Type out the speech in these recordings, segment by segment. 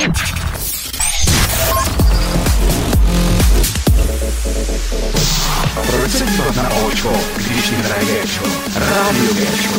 Proč se dívat na Očko, když ti hraje Géčko? Rádio Géčko.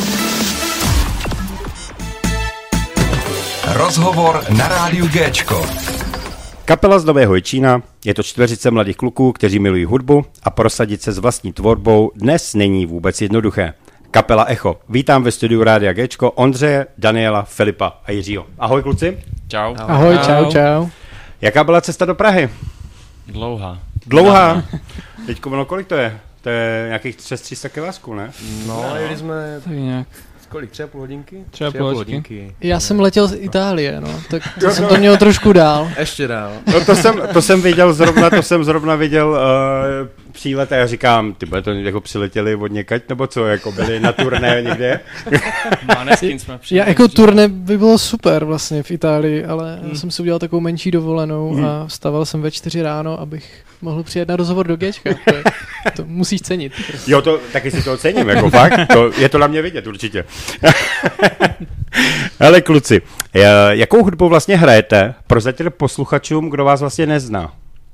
Rozhovor na rádiu Géčko. Kapela z Nového Jičína, je to čtveřice mladých kluků, kteří milují hudbu a prosadit se s vlastní tvorbou dnes není vůbec jednoduché. Kapela Echo. Vítám ve studiu Rádia Géčko Ondřeje, Daniela, Filipa a Jiřího. Ahoj kluci. Čau. Ahoj, čau. Jaká byla cesta do Prahy? Dlouhá? Teďko ono, kolik to je? To je nějakých 300 kilásků, ne? No, jeli jsme... Tak nějak. Kolik? 3,5 hodinky? 3,5 hodinky. Já jsem letěl z Itálie, no. Tak to jsem to měl trošku dál. Ještě dál. No to jsem zrovna viděl přílet a já říkám, ty bude to jako přiletěli od někať, nebo co, jako byli na turné někde? Já jako turné by bylo super vlastně v Itálii, ale jsem si udělal takovou menší dovolenou a vstával jsem ve 4 ráno, abych mohl přijet na rozhovor do Géčka. To musíš cenit. Prostě. Jo, taky si to cením, jako fakt. Je to na mě vidět určitě. Hele kluci, jakou hudbu vlastně hrajete? Prozraďte posluchačům, kdo vás vlastně nezná.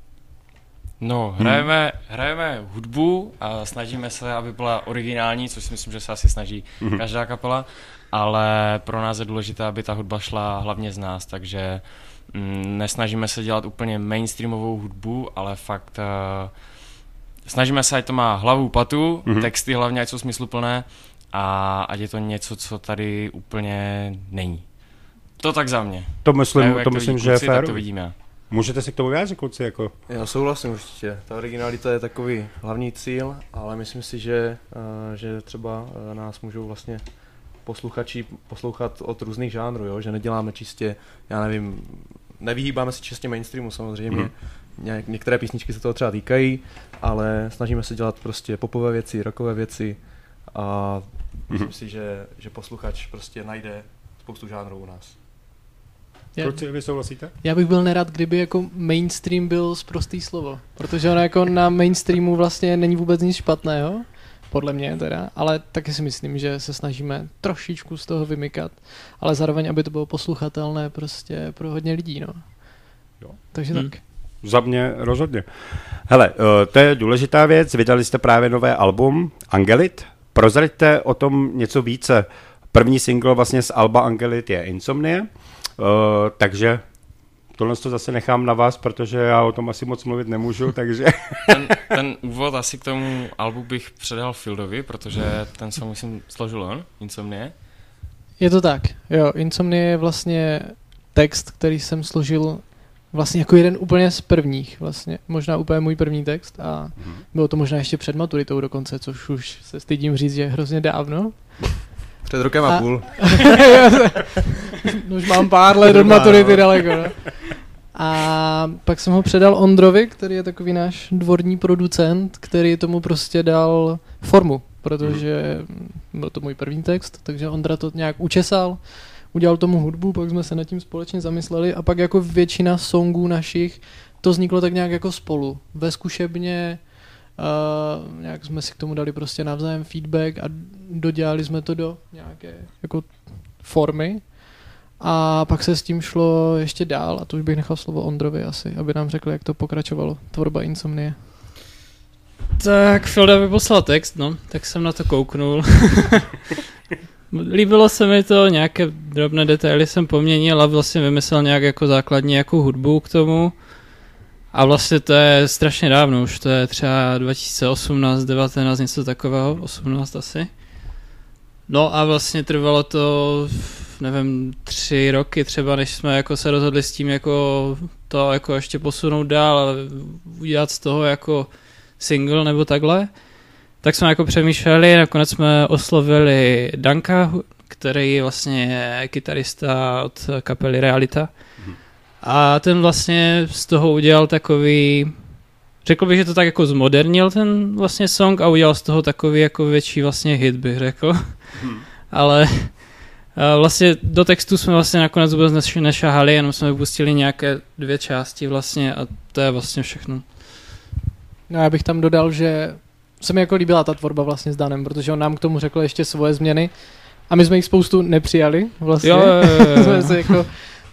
No, hrajeme hudbu a snažíme se, aby byla originální, což si myslím, že se asi snaží každá kapela, ale pro nás je důležité, aby ta hudba šla hlavně z nás, takže nesnažíme se dělat úplně mainstreamovou hudbu, ale fakt snažíme se, ať to má hlavu, patu, texty hlavně, ať jsou smysluplné a ať je to něco, co tady úplně není. To tak za mě. To myslím, že je fér. Tak to vidím já. Můžete se k tomu vyjádřit, kluci? Jako? Já souhlasím určitě. Ta originalita je takový hlavní cíl, ale myslím si, že třeba nás můžou vlastně posluchači poslouchat od různých žánrů, jo? Že neděláme čistě, já nevím, nevyhýbáme se čistě mainstreamu samozřejmě. Některé písničky se toho třeba týkají, ale snažíme se dělat prostě popové věci, rockové věci a myslím si, že posluchač prostě najde spoustu žánrů u nás. Kluci, vy souhlasíte? Já bych byl nerad, kdyby jako mainstream byl sprostý slovo, protože ono jako na mainstreamu vlastně není vůbec nic špatného, podle mě teda, ale taky si myslím, že se snažíme trošičku z toho vymykat, ale zároveň, aby to bylo posluchatelné prostě pro hodně lidí, no. Jo. Takže tak. Za mě rozhodně. Hele, to je důležitá věc, vydali jste právě nové album Angelit, prozraďte o tom něco více. První single vlastně z alba Angelit je Insomnie, takže tohle to zase nechám na vás, protože já o tom asi moc mluvit nemůžu, takže... Ten úvod asi k tomu albu bych předal Fieldovi, protože ten song myslím složil on, Insomnie. Je to tak, jo, Insomnie je vlastně text, který jsem složil vlastně jako jeden úplně z prvních, vlastně, možná úplně můj první text a bylo to možná ještě před maturitou dokonce, což už se stydím říct, že je hrozně dávno. Před rokem a půl. Už mám pár let od maturity daleko, no. A pak jsem ho předal Ondrovi, který je takový náš dvorní producent, který tomu prostě dal formu, protože byl to můj první text, takže Ondra to nějak učesal, udělal tomu hudbu, pak jsme se nad tím společně zamysleli a pak jako většina songů našich to vzniklo tak nějak jako spolu, ve zkušebně. Nějak jsme si k tomu dali prostě navzájem feedback a dodělali jsme to do nějaké jako formy a pak se s tím šlo ještě dál a to už bych nechal slovo Ondrovi asi, aby nám řekl, jak to pokračovalo, tvorba Insomnie. Tak Filda by poslal text, no, tak jsem na to kouknul. Líbilo se mi to, nějaké drobné detaily jsem poměnil a vlastně vymyslel nějak jako základní jako hudbu k tomu. A vlastně to je strašně dávno, už to je třeba 2018, 19, něco takového, 18 asi. No a vlastně trvalo to, nevím, 3 roky třeba, než jsme jako se rozhodli s tím jako to jako ještě posunout dál a udělat z toho jako single nebo takhle. Tak jsme jako přemýšleli, nakonec jsme oslovili Danka, který vlastně je kytarista od kapely Realita. A ten vlastně z toho udělal takový, řekl bych, že to tak jako zmodernil ten vlastně song a udělal z toho takový jako větší vlastně hit, bych řekl. Ale vlastně do textu jsme vlastně nakonec vůbec nešahali, jenom jsme vypustili nějaké 2 části vlastně a to je vlastně všechno. No já bych tam dodal, že se mi jako líbila ta tvorba vlastně s Danem, protože on nám k tomu řekl ještě svoje změny a my jsme jich spoustu nepřijali vlastně. Jo. Jsme se jako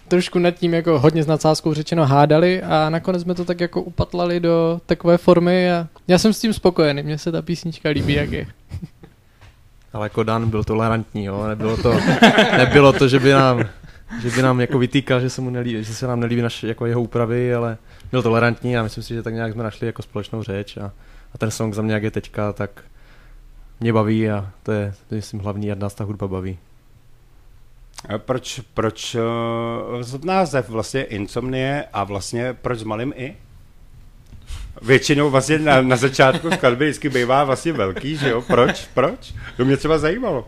trošku nad tím jako hodně s nadsázkou řečeno hádali a nakonec jsme to tak jako upatlali do takové formy a já jsem s tím spokojený, mně se ta písnička líbí, jak je. Ale jako Dan byl tolerantní, jo? Nebylo to, že by nám jako vytýkal, že se nám nelíbí naše jako jeho úpravy, ale byl tolerantní a myslím si, že tak nějak jsme našli jako společnou řeč a ten song za mě, jak je teďka, tak mě baví a to je myslím hlavní, a nás ta hudba baví. A proč název vlastně Insomnie a vlastně proč s malým i? Většinou vlastně na začátku skladby vždycky bývá vlastně velký, že jo? Proč? To mě třeba zajímalo.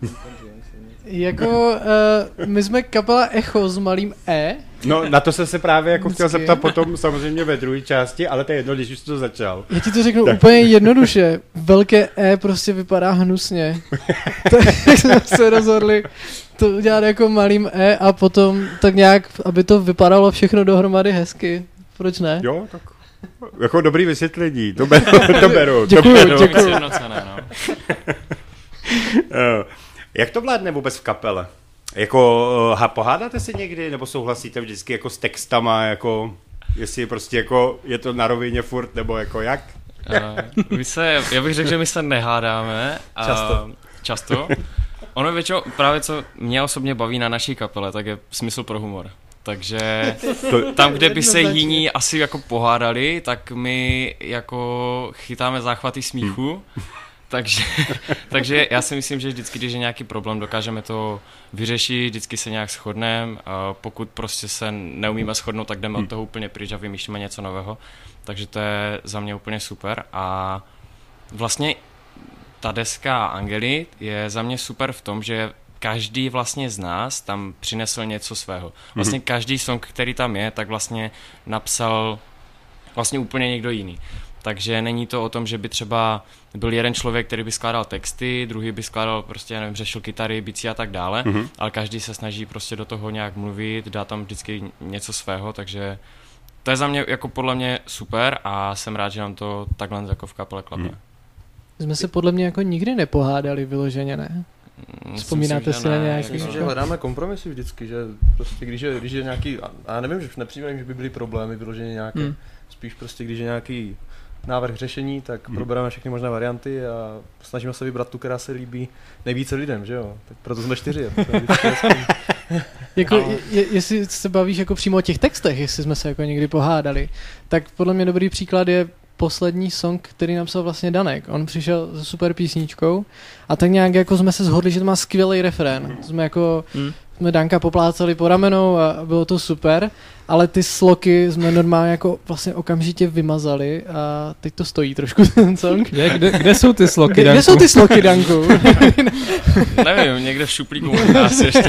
Jako, my jsme kapela Echo s malým E. No, na to jsem se právě jako chtěl zeptat potom samozřejmě ve druhé části, ale to je jedno, když už to začal. Já ti to řeknu úplně jednoduše. Velké E prostě vypadá hnusně. Tak jsme se rozhodli to udělat jako malým E a potom tak nějak, aby to vypadalo všechno dohromady hezky. Proč ne? Jo, tak jako dobrý vysvětlení, to beru. Děkuju. Sjednocené, no. Jak to vládne vůbec v kapele? Jako pohádáte si někdy, nebo souhlasíte vždycky jako s textama, jako jestli prostě jako je to na rovině furt, nebo jako jak? Já bych řekl, že my se nehádáme. Často. Ono většinou, právě co mě osobně baví na naší kapele, tak je smysl pro humor. Takže tam, kde by se jiní asi jako pohádali, tak my jako chytáme záchvaty smíchu. Takže já si myslím, že vždycky, když je nějaký problém, dokážeme to vyřešit, vždycky se nějak shodneme. Pokud prostě se neumíme shodnout, tak jdeme od toho úplně pryč a vymýšlíme něco nového. Takže to je za mě úplně super. A vlastně ta deska Angelit je za mě super v tom, že každý vlastně z nás tam přinesl něco svého. Vlastně každý song, který tam je, tak vlastně napsal vlastně úplně někdo jiný. Takže není to o tom, že by třeba byl jeden člověk, který by skládal texty, druhý by skládal prostě, nevím, řešil kytary, bicí a tak dále, ale každý se snaží prostě do toho nějak mluvit, dá tam vždycky něco svého, takže to je za mě jako podle mě super a jsem rád, že nám to takhle jako v kapele klape. Jsme se podle mě jako nikdy nepohádali vyloženě, ne? Vzpomínáte si na nějaký? Myslím, že hledáme kompromisy vždycky, že prostě když je nějaký, a já nevím, že nepřijím, že by byly problémy vyloženě nějaké, spíš prostě když je nějaký návrh řešení, tak probereme všechny možné varianty a snažíme se vybrat tu, která se líbí nejvíce lidem, že jo? Tak proto jsme 4. Jako, jestli se bavíš jako přímo o těch textech, jestli jsme se jako někdy pohádali, tak podle mě dobrý příklad je poslední song, který napsal vlastně Danek. On přišel se super písničkou a tak nějak jako jsme se shodli, že to má skvělý refrén. Jsme Danka poplácali po ramenou a bylo to super, ale ty sloky jsme normálně jako vlastně okamžitě vymazali a teď to stojí trošku ten song. Kde jsou ty sloky, Danku? Kde jsou ty sloky, Danku? Nevím, někde v šuplíku možná asi ještě.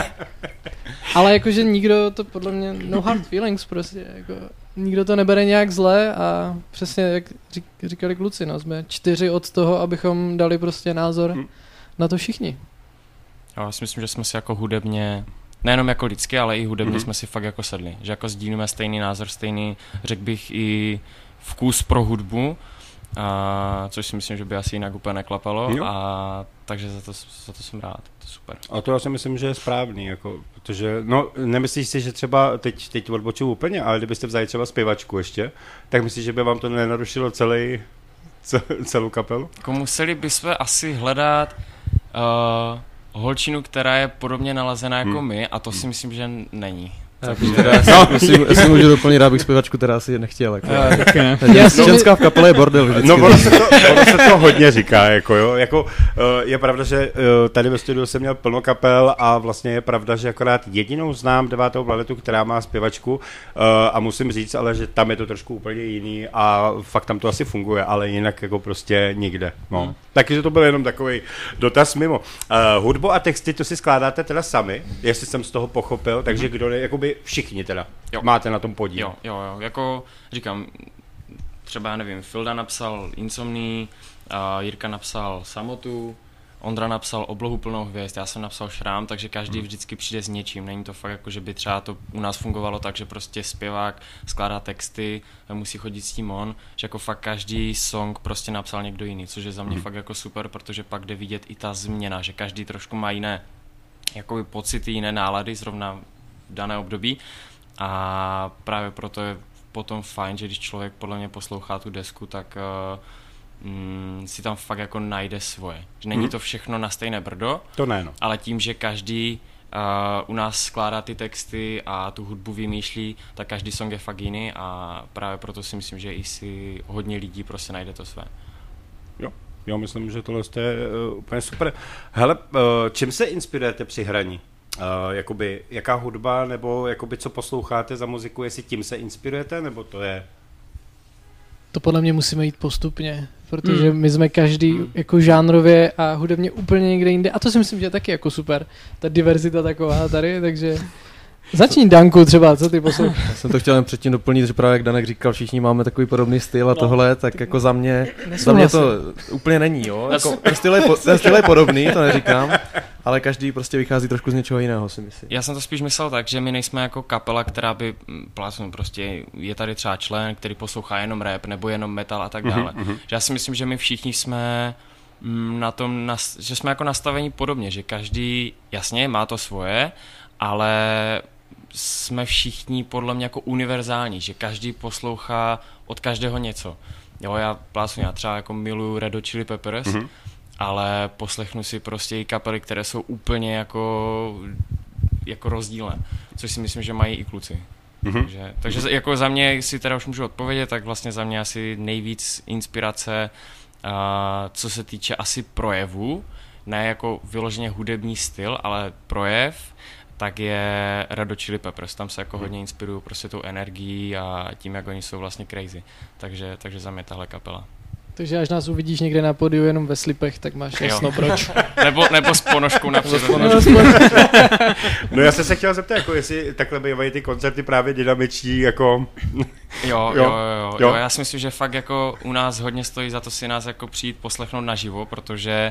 Ale jakože nikdo to podle mě, no hard feelings prostě, jako nikdo to nebere nějak zle a přesně jak říkali kluci, no, jsme 4 od toho, abychom dali prostě názor na to všichni. Já si myslím, že jsme si jako hudebně, nejenom jako lidsky, ale i hudebně jsme si fakt jako sedli. Že jako sdílíme stejný názor, stejný, řekl bych i vkus pro hudbu, což si myslím, že by asi jinak úplně neklapalo. A takže za to jsem rád, to je super. A to já si myslím, že je správný, jako, protože, no, nemyslíš si, že třeba, teď odbočuju úplně, ale kdybyste vzali třeba zpěvačku ještě, tak myslíš, že by vám to nenarušilo celou kapelu? Jako museli bychom asi hledat holčinu, která je podobně nalazená jako my, a to si myslím, že není. Jestli můžu doplnit, rád bych zpěvačku, která si nechtěl. Ženská v kapele je bordel vždycky. No ono se to hodně říká, jako jo. Jako, je pravda, že tady ve studiu jsem měl plno kapel a vlastně je pravda, že akorát jedinou znám 9. planetu, která má zpěvačku a musím říct, ale že tam je to trošku úplně jiný a fakt tam to asi funguje, ale jinak jako prostě nikde. No. Takže to byl jenom takový dotaz mimo. Hudbu a texty to si skládáte teda sami, jestli jsem z toho pochopil, takže kdo je, jakoby všichni teda máte na tom podíl. Jo, jako říkám, třeba já nevím, Filda napsal Insomní, Jirka napsal Samotu, Ondra napsal Oblohu plnou hvězd, já jsem napsal Šrám, takže každý vždycky přijde s něčím, není to fakt jako, že by třeba to u nás fungovalo tak, že prostě zpěvák skládá texty, musí chodit s tím on, že jako fakt každý song prostě napsal někdo jiný, což je za mě fakt jako super, protože pak jde vidět i ta změna, že každý trošku má jiné jakoby pocity, jiné nálady, zrovna dané období a právě proto je potom fajn, že když člověk podle mě poslouchá tu desku, tak si tam fakt jako najde svoje. Že není to všechno na stejné brdo, To ne, no. ale tím, že každý u nás skládá ty texty a tu hudbu vymýšlí, tak každý song je fakt jiný a právě proto si myslím, že i si hodně lidí prostě najde to své. Jo, myslím, že tohle je úplně super. Hele, čím se inspirujete při hraní? Jakoby, jaká hudba, nebo jakoby, co posloucháte za muziku, jestli tím se inspirujete, nebo to je... To podle mě musíme jít postupně, protože my jsme každý jako žánrově a hudebně úplně někde jinde. A to si myslím, že je taky jako super. Ta diverzita taková tady, takže... Začni, Danku, třeba, co ty posloucháš? Já jsem to chtěl jen předtím doplnit, že právě jak Danek říkal, všichni máme takový podobný styl a tohle, tak jako za mě to úplně není, jo. Jako, ten styl je podobný, to neříkám, ale každý prostě vychází trošku z něčeho jiného, si myslím. Já jsem to spíš myslel tak, že my nejsme jako kapela, která by prostě je tady třeba člen, který poslouchá jenom rap nebo jenom metal a tak dále. Že já si myslím, že my všichni jsme na tom, že jsme jako nastavení podobně, že každý, jasně, má to svoje, ale jsme všichni podle mě jako univerzální, že každý poslouchá od každého něco. Jo, já třeba jako miluju Red Hot Chili Peppers, ale poslechnu si prostě i kapely, které jsou úplně jako rozdílné, což si myslím, že mají i kluci. Takže jako za mě, si teda už můžu odpovědět, tak vlastně za mě asi nejvíc inspirace, co se týče asi projevu, ne jako vyloženě hudební styl, ale projev, tak je Red Hot Chili Peppers. Tam se jako hodně inspiruju prostě tou energií a tím, jak oni jsou vlastně crazy. Takže za mě tahle kapela. Takže až nás uvidíš někde na podiu jenom ve slipech, tak máš jasno proč. nebo s ponožkou napřed. No já jsem se chtěl zeptat, jako jestli takhle bývají ty koncerty právě dynamičtí, jako... Jo, já si myslím, že fakt jako u nás hodně stojí za to si nás jako přijít poslechnout naživo, protože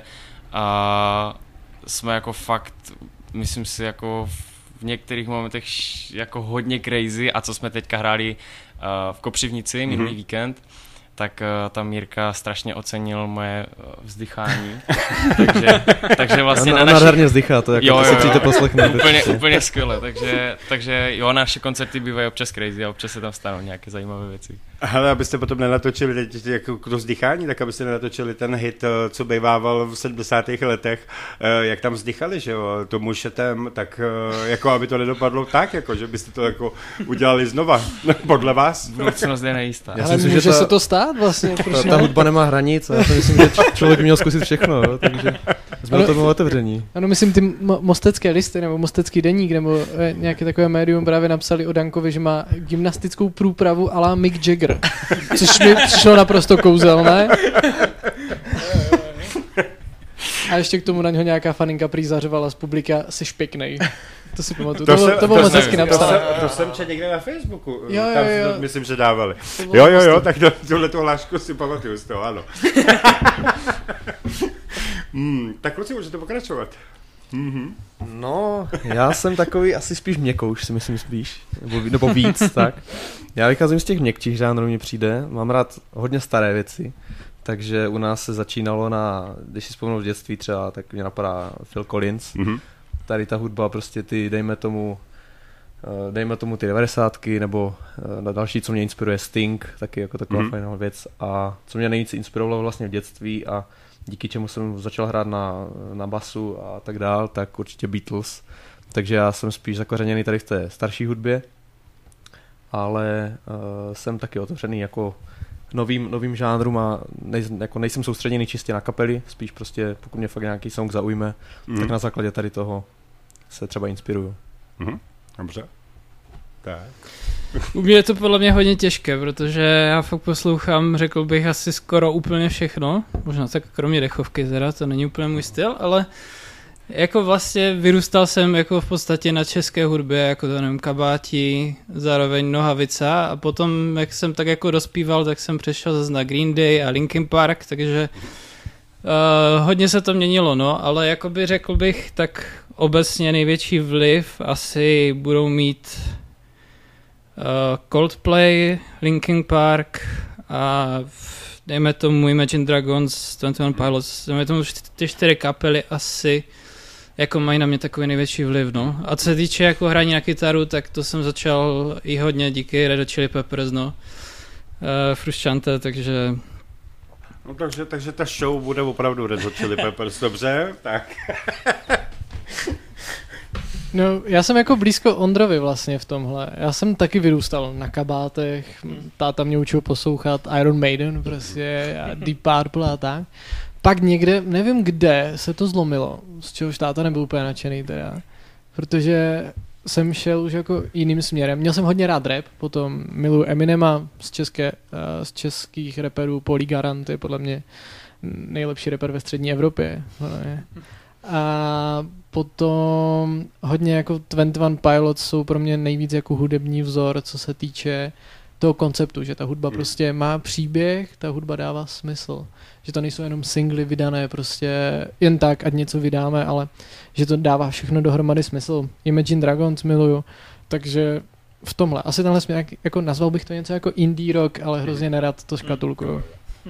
jsme jako fakt, myslím si, jako v některých momentech jako hodně crazy a co jsme teďka hráli v Kopřivnici minulý víkend, tak tam Mírka strašně ocenil moje vzdychání. takže vlastně na nádherně vzdychá, to jako si přijďte poslechnout. Úplně skvěle, takže jo, naše koncerty bývají občas crazy a občas se tam stanou nějaké zajímavé věci. Ale abyste potom nenatočili jako to vzdychání, tak abyste nenatočili ten hit, co bývával v 70. letech, jak tam vzdychali, že jo, to mušetem, tak jako aby to nedopadlo tak, jako že byste to jako udělali znova, podle vás. Budoucnost je nejistá. Ale může se to stát vlastně. Ta hudba nemá hranic a já si myslím, že člověk měl zkusit všechno, jo, takže jsme tomu otevření. Ano, myslím ty mostecké listy nebo mostecký deník nebo nějaké takové médium právě napsali o Dankovi, že má gymnastickou průpravu a la Mick Jagger, což mi přišlo naprosto kouzelné. A ještě k tomu na něho nějaká faninka prý zařvala z publika, jsi pěknej. To si pamatuju. To bylo moc hezky napsané. To jsem četl někde na Facebooku. Jo. Myslím, že dávali. Jo, tak tuhletu hlášku si pamatuju z toho, ano. Tak kluci, můžete pokračovat. No, já jsem takový asi spíš měkouš, si myslím spíš, nebo víc, tak. Já vycházím z těch měkčích žánrů, mně přijde, mám rád hodně staré věci, takže u nás se začínalo když si vzpomenu v dětství třeba, tak mě napadá Phil Collins, tady ta hudba prostě ty, dejme tomu ty 90ky, nebo na další, co mě inspiruje Sting, taky jako taková fajná věc a co mě nejvíc inspirovalo vlastně v dětství a díky čemu jsem začal hrát na basu a tak dál, tak určitě Beatles. Takže já jsem spíš zakořeněný tady v té starší hudbě, ale jsem taky otevřený jako novým žánrům a nejsem soustředěný čistě na kapely, spíš prostě pokud mě fakt nějaký song zaujme, tak na základě tady toho se třeba inspiruju. Dobře. Tak. U mě je to podle mě hodně těžké, protože já fakt poslouchám, řekl bych, asi skoro úplně všechno. Možná tak kromě dechovky teda, to není úplně můj styl, ale jako vlastně vyrůstal jsem jako v podstatě na české hudbě, jako to nevím, Kabáti, zároveň Nohavica a potom, jak jsem tak jako dospíval, tak jsem přešel zase na Green Day a Linkin Park, takže hodně se to měnilo, no, ale jakoby řekl bych, tak obecně největší vliv asi budou mít Coldplay, Linkin Park a dejme tomu Imagine Dragons, 21 Pilots, dejme tomu ty 4 kapely asi jako mají na mě takový největší vliv, no. A co se týče jako hraní na kytaru, tak to jsem začal i hodně díky Red Hot Chili Peppers, no. Frusciante, takže... No takže ta show bude opravdu Red Hot Chili Peppers, dobře, tak. No, já jsem jako blízko Ondrovi vlastně v tomhle. Já jsem taky vyrůstal na kabátech, táta mě učil poslouchat Iron Maiden prostě a Deep Purple a tak. Pak někde, nevím kde, se to zlomilo, z čehož táta nebyl úplně nadšený teda, protože jsem šel už jako jiným směrem. Měl jsem hodně rád rap, potom miluji Eminema z českých rapperů, Pauly Garant je podle mě nejlepší rapper ve střední Evropě. A potom hodně jako 21 Pilots jsou pro mě nejvíc jako hudební vzor, co se týče toho konceptu, že ta hudba prostě má příběh, ta hudba dává smysl. Že to nejsou jenom singly vydané prostě jen tak, ať něco vydáme, ale že to dává všechno dohromady smysl. Imagine Dragons miluju, takže v tomhle. Asi tenhle směr, jako nazval bych to něco jako indie rock, ale hrozně nerad to škatulkuju.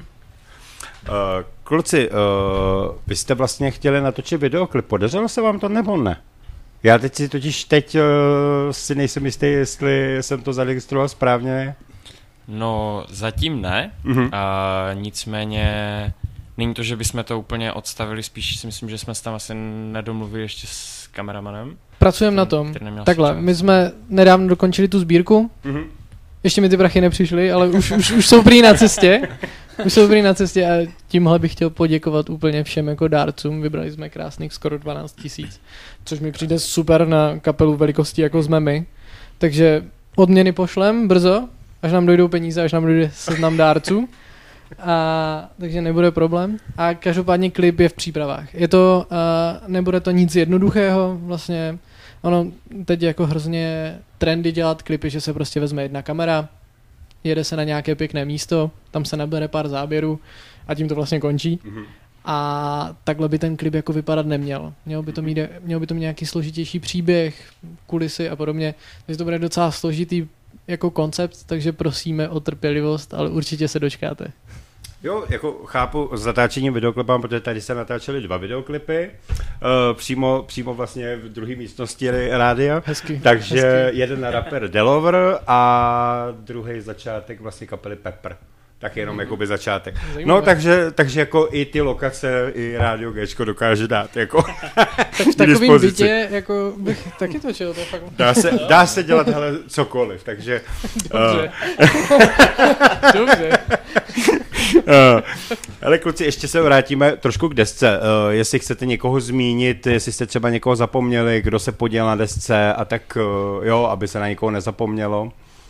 Kluci, vy jste vlastně chtěli natočit videoklip, podařilo se vám to nebo ne? Já teď si nejsem jistý, jestli jsem to zaregistroval správně. No, zatím ne, nicméně není to, že bychom to úplně odstavili, spíš si myslím, že jsme se tam asi nedomluvili ještě s kameramanem. Pracujeme na tom. Takhle, my jsme nedávno dokončili tu sbírku, ještě mi ty prachy nepřišly, ale už jsou prý na cestě. Už jsou na cestě a tímhle bych chtěl poděkovat úplně všem jako dárcům. Vybrali jsme krásných skoro 12 000, což mi přijde super na kapelu velikosti jako jsme my. Takže odměny pošlem brzo, až nám dojdou peníze, až nám dojde seznam dárců. Takže nebude problém. A každopádně klip je v přípravách. Nebude to nic jednoduchého, vlastně ono teď je jako hrozně trendy dělat klipy, že se prostě vezme jedna kamera, jede se na nějaké pěkné místo, tam se nabere pár záběrů a tím to vlastně končí. A takhle by ten klip jako vypadat neměl. Mělo by to mít nějaký složitější příběh, kulisy a podobně. Takže to bude docela složitý jako koncept, takže prosíme o trpělivost, ale určitě se dočkáte. Jo, jako chápu s natáčením videoklipám, protože tady se natáčely 2 videoklipy, přímo vlastně v druhé místnosti rádia. Hezky. Takže jeden rapper Delover a druhý začátek vlastně kapely Pepper. Tak jenom jakoby začátek. Zajímavé. No, takže jako i ty lokace, i rádio Gčko dokáže dát jako tak v takovým bytě jako bych taky točil, to je fakt... Dá se dělat hele, cokoliv, takže... Dobře. Dobře. Ale kluci, ještě se vrátíme trošku k desce. Jestli chcete někoho zmínit, jestli jste třeba někoho zapomněli, kdo se podílel na desce a tak jo, aby se na někoho nezapomnělo.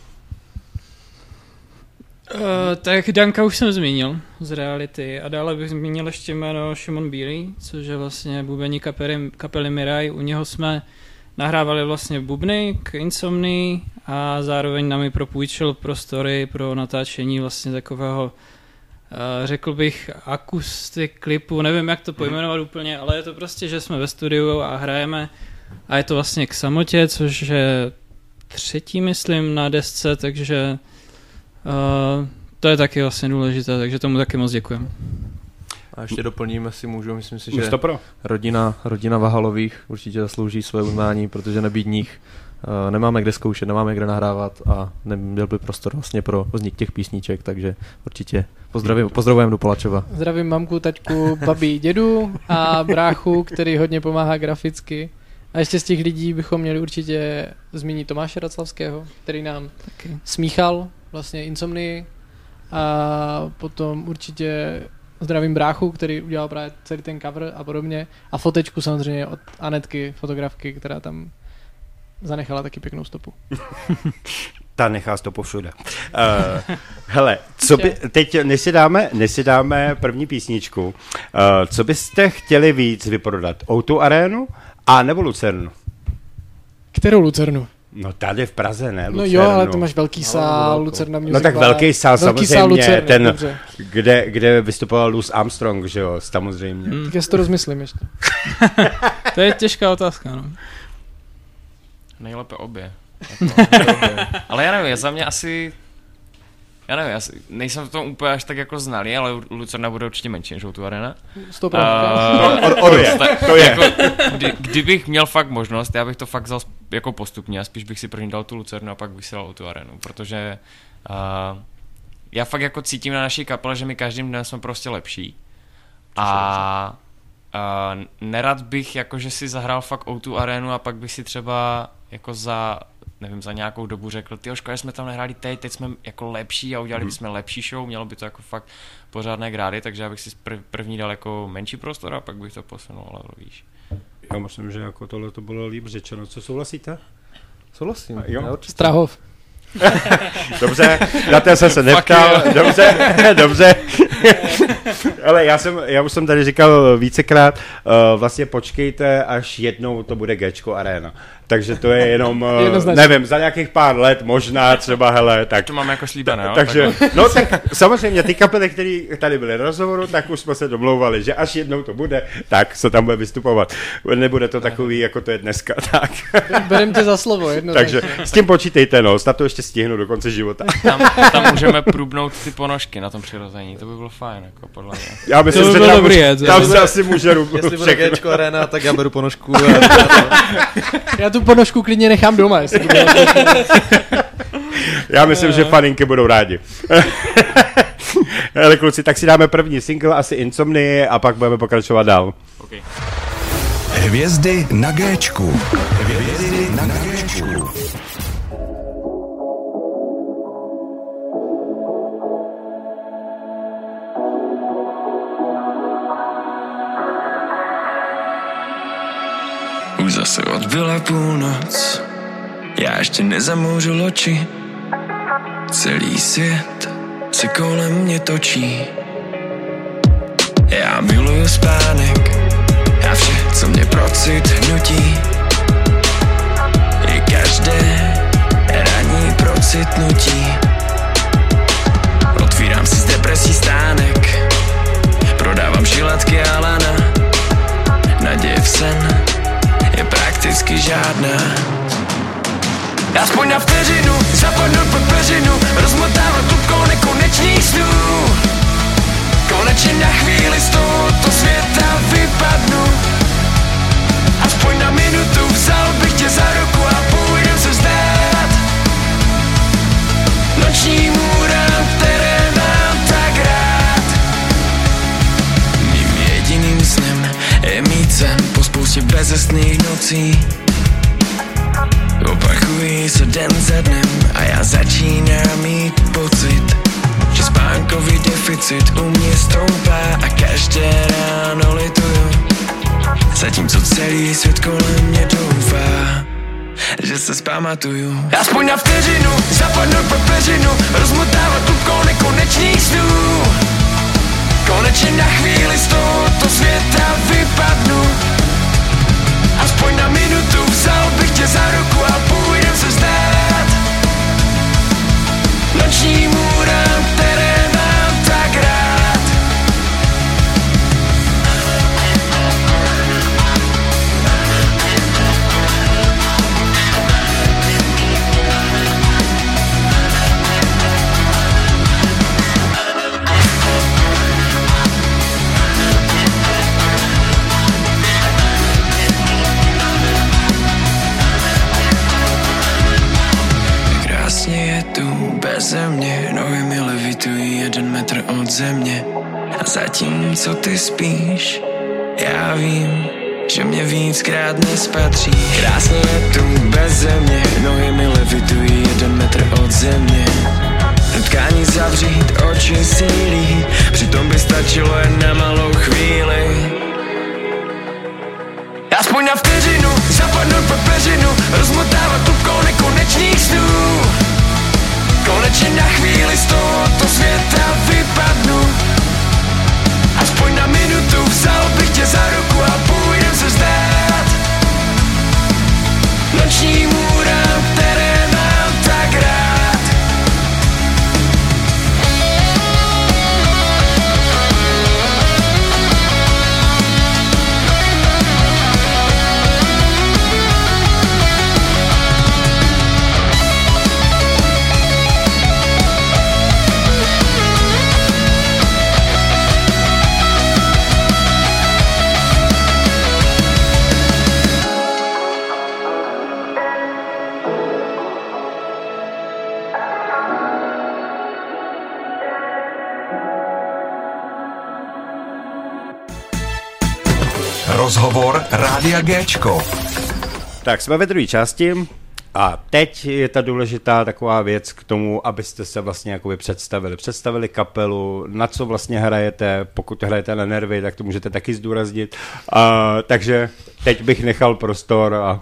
Tak Danka už jsem zmínil z Reality a dále bych zmínil ještě jméno Šimon Bílý, což je vlastně bubení kapely Miraj. U něho jsme nahrávali vlastně bubny k Insomnii a zároveň nám i propůjčil prostory pro natáčení vlastně takového, řekl bych, akustik klipu, nevím jak to pojmenovat úplně, ale je to prostě, že jsme ve studiu a hrajeme a je to vlastně k samotě, což je 3. myslím na desce, takže to je taky vlastně důležité, takže tomu taky moc děkujeme. A ještě doplníme si můžu, myslím si, že rodina Vahalových určitě zaslouží své uznání, protože nebýt nich nemáme kde zkoušet, nemáme kde nahrávat a nebyl by prostor vlastně pro vznik těch písniček, takže určitě pozdravujeme do Palačova. Zdravím mamku, taťku, babi, dědu a bráchu, který hodně pomáhá graficky. A ještě z těch lidí bychom měli určitě zmínit Tomáše Raclavského, který nám taky smíchal vlastně Insomnii. A potom určitě zdravím bráchu, který udělal právě celý ten cover a podobně. A fotečku samozřejmě od Anetky, fotografky, která tam zanechala taky pěknou stopu. Ta nechá stopu všude. Hele, teď než si dáme první písničku, co byste chtěli víc vyprodat? O2 Arenu a nebo Lucernu? Kterou Lucernu? No tady v Praze, ne? Lucernu. No jo, ale to máš velký sál, Lucerna Music No tak velký sál velký samozřejmě, sál Lucerny, ten, kde vystupoval Louis Armstrong, že jo, samozřejmě. Tak já si to rozmyslím ještě. To je těžká otázka, no. Nejlépe obě. Ale já nevím, za mě asi já nevím, nejsem v tom úplně až tak jako znalý, ale Lucerna bude určitě menší než O2 Arena. 100%. To je. Jako, kdybych měl fakt možnost, já bych to fakt vzal jako postupně a spíš bych si první dal tu Lucernu a pak bych si dal O2 Arenu, protože já fakt jako cítím na naší kapele, že my každým dnem jsme prostě lepší. A nerad bych jakože si zahrál fakt O2 Arenu a pak bych si třeba jako za nějakou dobu řekl, tyjo, škoda, jsme tam nehráli teď jsme jako lepší a udělali bychom lepší show, mělo by to jako fakt pořádné grády, takže já bych si první dal jako menší prostor a pak bych to posunul, ale víš. Já myslím, že jako tohle to bylo líp řečeno. Co souhlasíte? Souhlasím. Strahov. Dobře, na to jsem se neptal. Dobře. Ale já už jsem tady říkal vícekrát, vlastně počkejte, až jednou to bude Gčko Arena. Takže to je jenom, nevím, za nějakých pár let možná třeba, hele, tak. To máme jako slíbené, jo? Takže, no tak samozřejmě ty kapely, které tady byly na rozhovoru, tak už jsme se domlouvali, že až jednou to bude, tak se tam bude vystupovat. Nebude to takový, jako to je dneska, tak. Berem tě za slovo, Takže s tím počítejte, no, snad to ještě stihnu do konce života. Tam můžeme průbnout ty ponožky na tom přirození, to by bylo fajn, jako podle mě. Já myslím, že tam se asi může Jestli bude Gčko Arena, tak já beru ponožku. Já tu ponožku klidně nechám doma, jestli bude. Já myslím, že faninky budou rádi. Ale kluci, tak si dáme první single, asi Insomnie, a pak budeme pokračovat dál. Okay. Hvězdy na Géčku. Hvězdy na Géčku. Už zase odbyla půlnoc, já ještě nezamouřil oči. Celý svět se kolem mě točí. Já miluju spánek a vše, co mě procit nutí. I každé ranní procitnutí. Otvírám si z depresí stánek, prodávám žiletky a lana. Naděje v sen je prakticky žádná. Aspoň na vteřinu zapadnout pod peřinu, rozmotávat tubkou nekonečných snů. Konečně na chvíli z tohoto světa vypadnu. Aspoň na minutu vzal bych tě za ruku a půjdem se vzdát nočním můrám, které mám tak rád. Mým jediným snem je mít sen po spoustě bezesných nocí. Opakují se den za dnem a já začínám mít pocit, že spánkový deficit u mě stoupá a každé ráno lituju. Zatímco celý svět kolem mě doufá, že se zpamatuju. Aspoň na vteřinu zapadnout pod peřinu, rozmotávat tubkou nekonečných snů. Konečně na chvíli z tohoto světa vypadnu. Aspoň na minutu vzal bych tě za ruku a půjdem se vzdát nočním můrám, které mám tak rád. Beze mě nohy mi levitují 1 metr od země. A zatímco ty spíš, já vím, že mě víckrát nespatří. Krásně je tu beze mě, nohy mi levitují 1 metr od země. Do tkání zavřít oči sílí, přitom by stačilo jen na malou chvíli. Aspoň na vteřinu zapadnout pod peřinu, rozmotávat tubkou nekonečných snů. Konečně na chvíli z tohoto světa vypadnu. Aspoň na minutu vzal bych tě za ruku a půjdem se vzdát nočním můrám, které mám tak rád. Rozhovor Rádia Géčko. Tak jsme ve druhé části a teď je ta důležitá taková věc k tomu, abyste se vlastně jakoby představili kapelu, na co vlastně hrajete, pokud hrajete na nervy, tak to můžete taky zdůraznit. Takže teď bych nechal prostor a...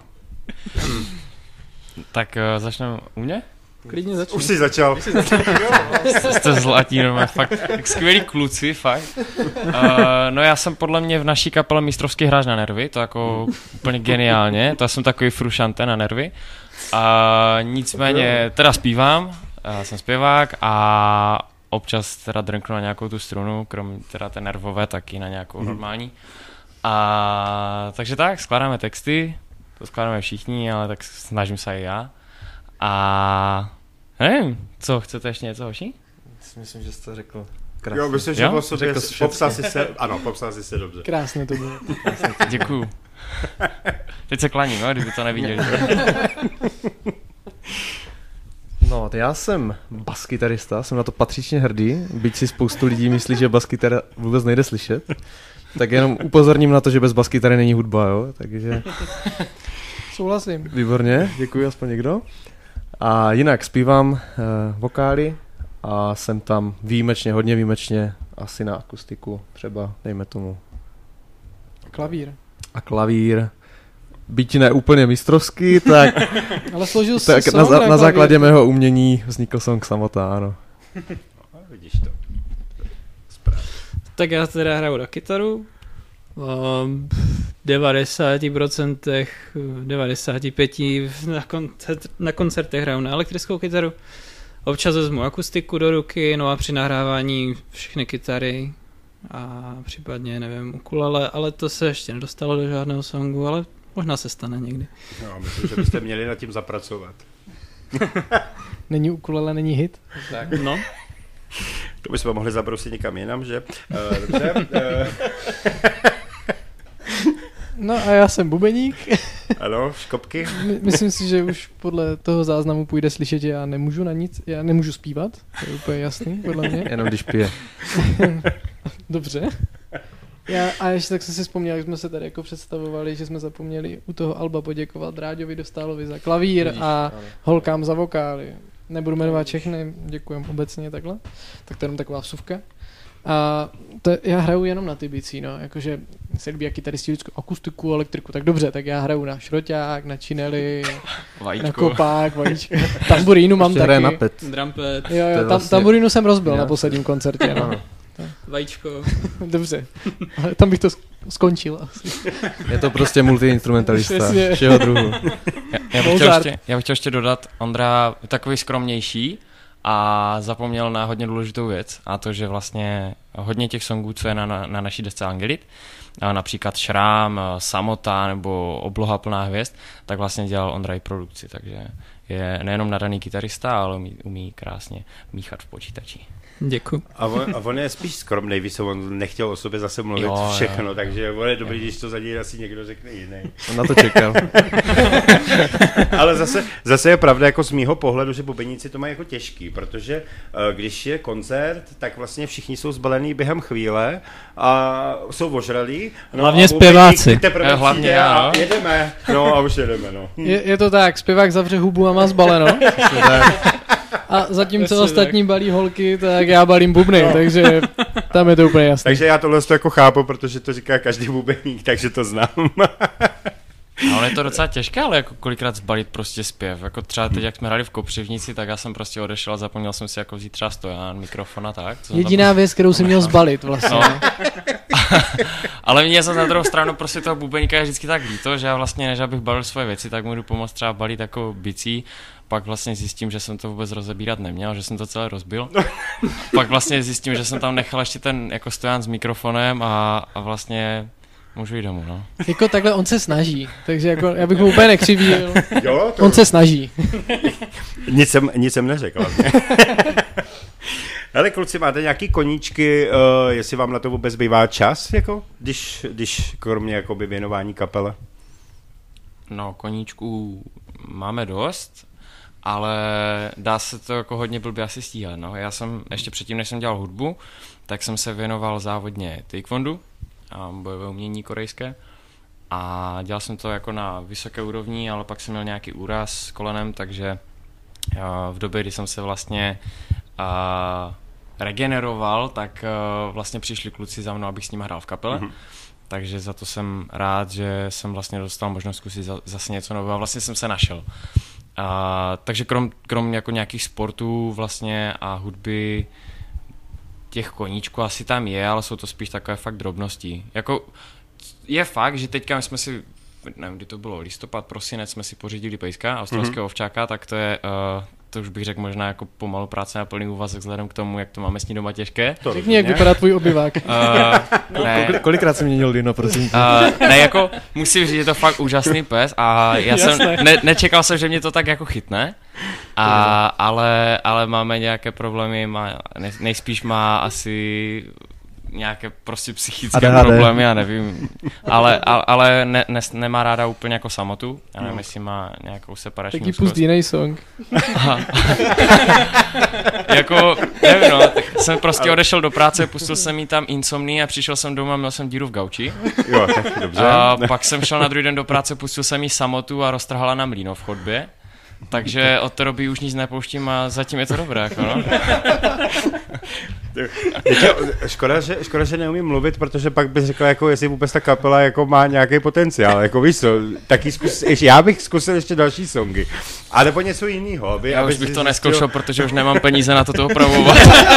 Tak začneme u mě? Klidně začni. Už jsi začal. Jste zlatí, no, fakt skvělí kluci, fakt. No já jsem podle mě v naší kapele mistrovský hráč na nervy, to jako úplně geniálně, to já jsem takový frušante na nervy. Nicméně teda zpívám, já jsem zpěvák a občas teda drnknu na nějakou tu strunu, krom teda té nervové, taky na nějakou normální. Takže tak, skládáme texty, to skládáme všichni, ale tak snažím se i já. A nevím, co, chcete ještě něco, hoši? Myslím, že jsi to řekl krásně. Jo, myslím, že Jo? popsal si se dobře. Krásně to bylo. Děkuju. Teď se klaním, no, kdyby to neviděli. No, já jsem baskytarista, jsem na to patřičně hrdý, byť si spoustu lidí myslí, že baskytara vůbec nejde slyšet. Tak jenom upozorním na to, že bez baskytary není hudba, jo, takže... Souhlasím. Výborně, děkuji, aspoň někdo. A jinak zpívám vokály a jsem tam výjimečně, hodně výjimečně, asi na akustiku, třeba, dejme tomu. Klavír. A klavír, byť ne úplně mistrovský, tak, Ale složil tak jsi na základě mého umění vznikl song Samota, ano. Vidíš to. Tak já teda hraju na kytaru. 90%, 95% na koncertech hraju na elektrickou kytaru. Občas vezmu akustiku do ruky, no a při nahrávání všechny kytary a případně, nevím, ukulele, ale to se ještě nedostalo do žádného songu, ale možná se stane někdy. No, myslím, že byste měli nad tím zapracovat. Není ukulele, není hit. Tak, no. To bychom mohli zabrousit někam jinam, že? Dobře. No a já jsem bubeník. Ano, škopky. Myslím si, že už podle toho záznamu půjde slyšet, že já nemůžu na nic, já nemůžu zpívat, to je úplně jasný, podle mě. Jenom když pije. Dobře. A ještě tak jsem si vzpomněl, jak jsme se tady jako představovali, že jsme zapomněli u toho alba poděkovat Ráďovi Dostálovi za klavír a holkám za vokály. Nebudu jmenovat všechny, děkujem obecně takhle. Tak to je jenom taková vsuvka. A já hraju jenom na ty bicí, no, jakože se líbí jak kytaristi vždycky akustiku, elektriku, tak dobře, tak já hraju na šroťák, na činely, na kopák, vajíčko, tamburínu mám ještě taky. Na pet. Drumpet, Jo, vlastně... tamburínu jsem rozbil na posledním koncertě, no. vajíčko. Dobře, ale tam bych to skončil asi. Je to prostě multiinstrumentalista Přesně. všeho druhu. Já bych chtěl ještě dodat, Ondra je takový skromnější a zapomněl na hodně důležitou věc, a to, že vlastně hodně těch songů, co je na naší desce Angelit, například Šrám, Samota nebo Obloha plná hvězd, tak vlastně dělal Ondra i produkci, takže je nejenom nadaný kytarista, ale umí krásně míchat v počítači. Děkuji. A on je spíš skromnej, víš, on nechtěl o sobě zase mluvit všechno, takže on je dobrý, když to za něj asi někdo řekne jiný. On na to čekal. Ale zase je pravda jako z mýho pohledu, že bubeníci to mají jako těžký, protože když je koncert, tak vlastně všichni jsou zbalení během chvíle a jsou ožralí. No, hlavně zpěváci. Hlavně já. A jedeme, no a už jedeme, no. Je to tak, zpěvák zavře hubu a má zbaleno. A zatímco ostatní balí holky, tak já balím bubny, takže tam je to úplně jasné. Takže já tohle jako chápu, protože to říká každý bubeník, takže to znám. Ale je to docela těžké, ale jako kolikrát zbalit prostě zpěv. Jako třeba teď, jak jsme hráli v Kopřivnici, tak já jsem prostě odešel a zapomněl jsem si jako vzít třeba stojan, mikrofon a tak. Jediná věc, kterou jsem měl zbalit vlastně. No. Ale mě za na druhou stranu prostě toho bubeníka je vždycky tak líto, že já vlastně než abych balil svoje věci, tak mu jdu pomoct třeba balit jako bicí. Pak vlastně zjistím, že jsem to vůbec rozebírat neměl, že jsem to celé rozbil. Pak vlastně zjistím, že jsem tam nechal ještě ten jako stojan s mikrofonem a vlastně můžu jít domů, no. Jako takhle on se snaží, takže jako já bych mu úplně nekřivil. Jo, On se snaží. Nic jsem neřekl. Hele kluci, máte nějaký koníčky, jestli vám na to vůbec bývá čas, jako, když kromě jakoby věnování kapele? No, koníčků máme dost, ale dá se to jako hodně blbě asi stíhat, no. Já jsem, ještě předtím, než jsem dělal hudbu, tak jsem se věnoval závodně taekwondu a bojové umění korejské a dělal jsem to jako na vysoké úrovni, ale pak jsem měl nějaký úraz s kolenem, takže v době, kdy jsem se vlastně regeneroval, tak vlastně přišli kluci za mnou, abych s nimi hrál v kapele. Takže za to jsem rád, že jsem vlastně dostal možnost zkusit zase něco nového a vlastně jsem se našel. Takže krom jako nějakých sportů vlastně a hudby, těch koníčků asi tam je, ale jsou to spíš takové fakt drobnosti. Jako je fakt, že teďka my jsme si, nevím, kdy to bylo, listopad, prosinec, jsme si pořídili pejska, australského ovčáka, tak to je, to už bych řekl možná jako pomalu práce na plný úvazek vzhledem k tomu, jak to máme s ní doma těžké. Řekni, jak vypadá tvůj obyvák. Kolikrát jsem měnil Lino, prosím? Ne, jako musím říct, že je to fakt úžasný pes a já jsem nečekal jsem, že mě to tak jako chytne, ale máme nějaké problémy, nejspíš má asi nějaké prostě psychické problémy, já nevím, ale nemá ráda úplně jako samotu, já nevím, jestli má nějakou separační úzkost. Taky pust jiný song. Jako, nevím, no, jsem prostě odešel do práce, pustil jsem jí tam Insomní a přišel jsem domů a měl jsem díru v gauči. Jo, tak dobře. A pak jsem šel na druhý den do práce, pustil jsem jí samotu a roztrhala nám líno v chodbě. Takže od té doby už nic nepouštím a zatím je to dobré, jako no. Škoda, že neumím mluvit, protože pak bys řekl, jako jestli vůbec ta kapela jako má nějaký potenciál, jako víš co, taky já bych zkusil ještě další songy, alebo něco jiného. Já už bych to neskoušel, protože už nemám peníze na to opravovat.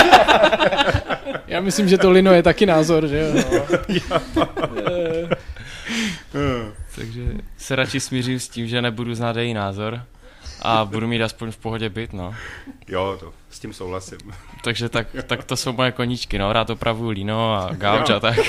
Já myslím, že to Lino je taky názor, že jo. Takže se radši smířím s tím, že nebudu znát její názor a budu mít aspoň v pohodě byt, no. Jo, to s tím souhlasím. Takže tak to jsou moje koníčky, no, rád opravuju líno a gauč a tak.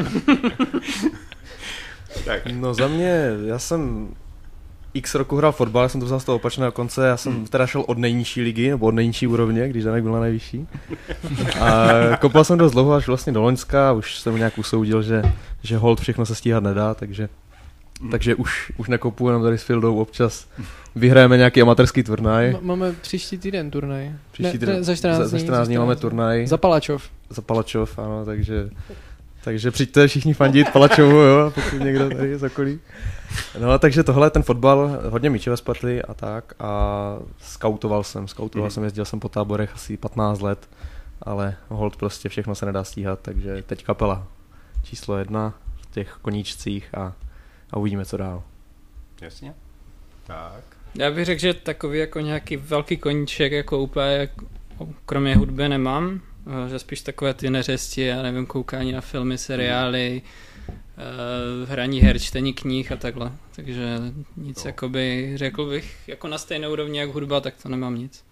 No za mě, já jsem x roku hrál fotbal, já jsem to vzal z toho opačného konce, já jsem teda šel od nejnižší ligy, nebo od nejnižší úrovně, když Danek byl na nejvyšší. A kopal jsem dost dlouho až vlastně do Loňska, už jsem nějak usoudil, že hold všechno se stíhat nedá, takže už nekopu, jenom tady s Fieldou občas vyhrajeme nějaký amatérský turnaj. Máme příští týden turnaj. Příští týden, za 14 dní máme turnaj. Za Palačov. Za Palačov, ano, takže přijďte všichni fandit Palačovu, jo, pokud někdo tady z okolí. No, takže tohle, ten fotbal, hodně míče ve Spartli a tak a skautoval jsem, jezdil jsem po táborech asi 15 let, ale hold prostě všechno se nedá stíhat, takže teď kapela číslo 1 v těch koníčcích a uvidíme, co dál. Jasně. Tak. Já bych řekl, že takový jako nějaký velký koníček jako úplně kromě hudby nemám, že spíš takové ty neřesti, já nevím, koukání na filmy, seriály, hraní her, čtení knih a takhle. Takže nic, jakoby, řekl bych, jako na stejné úrovni jak hudba, tak to nemám nic.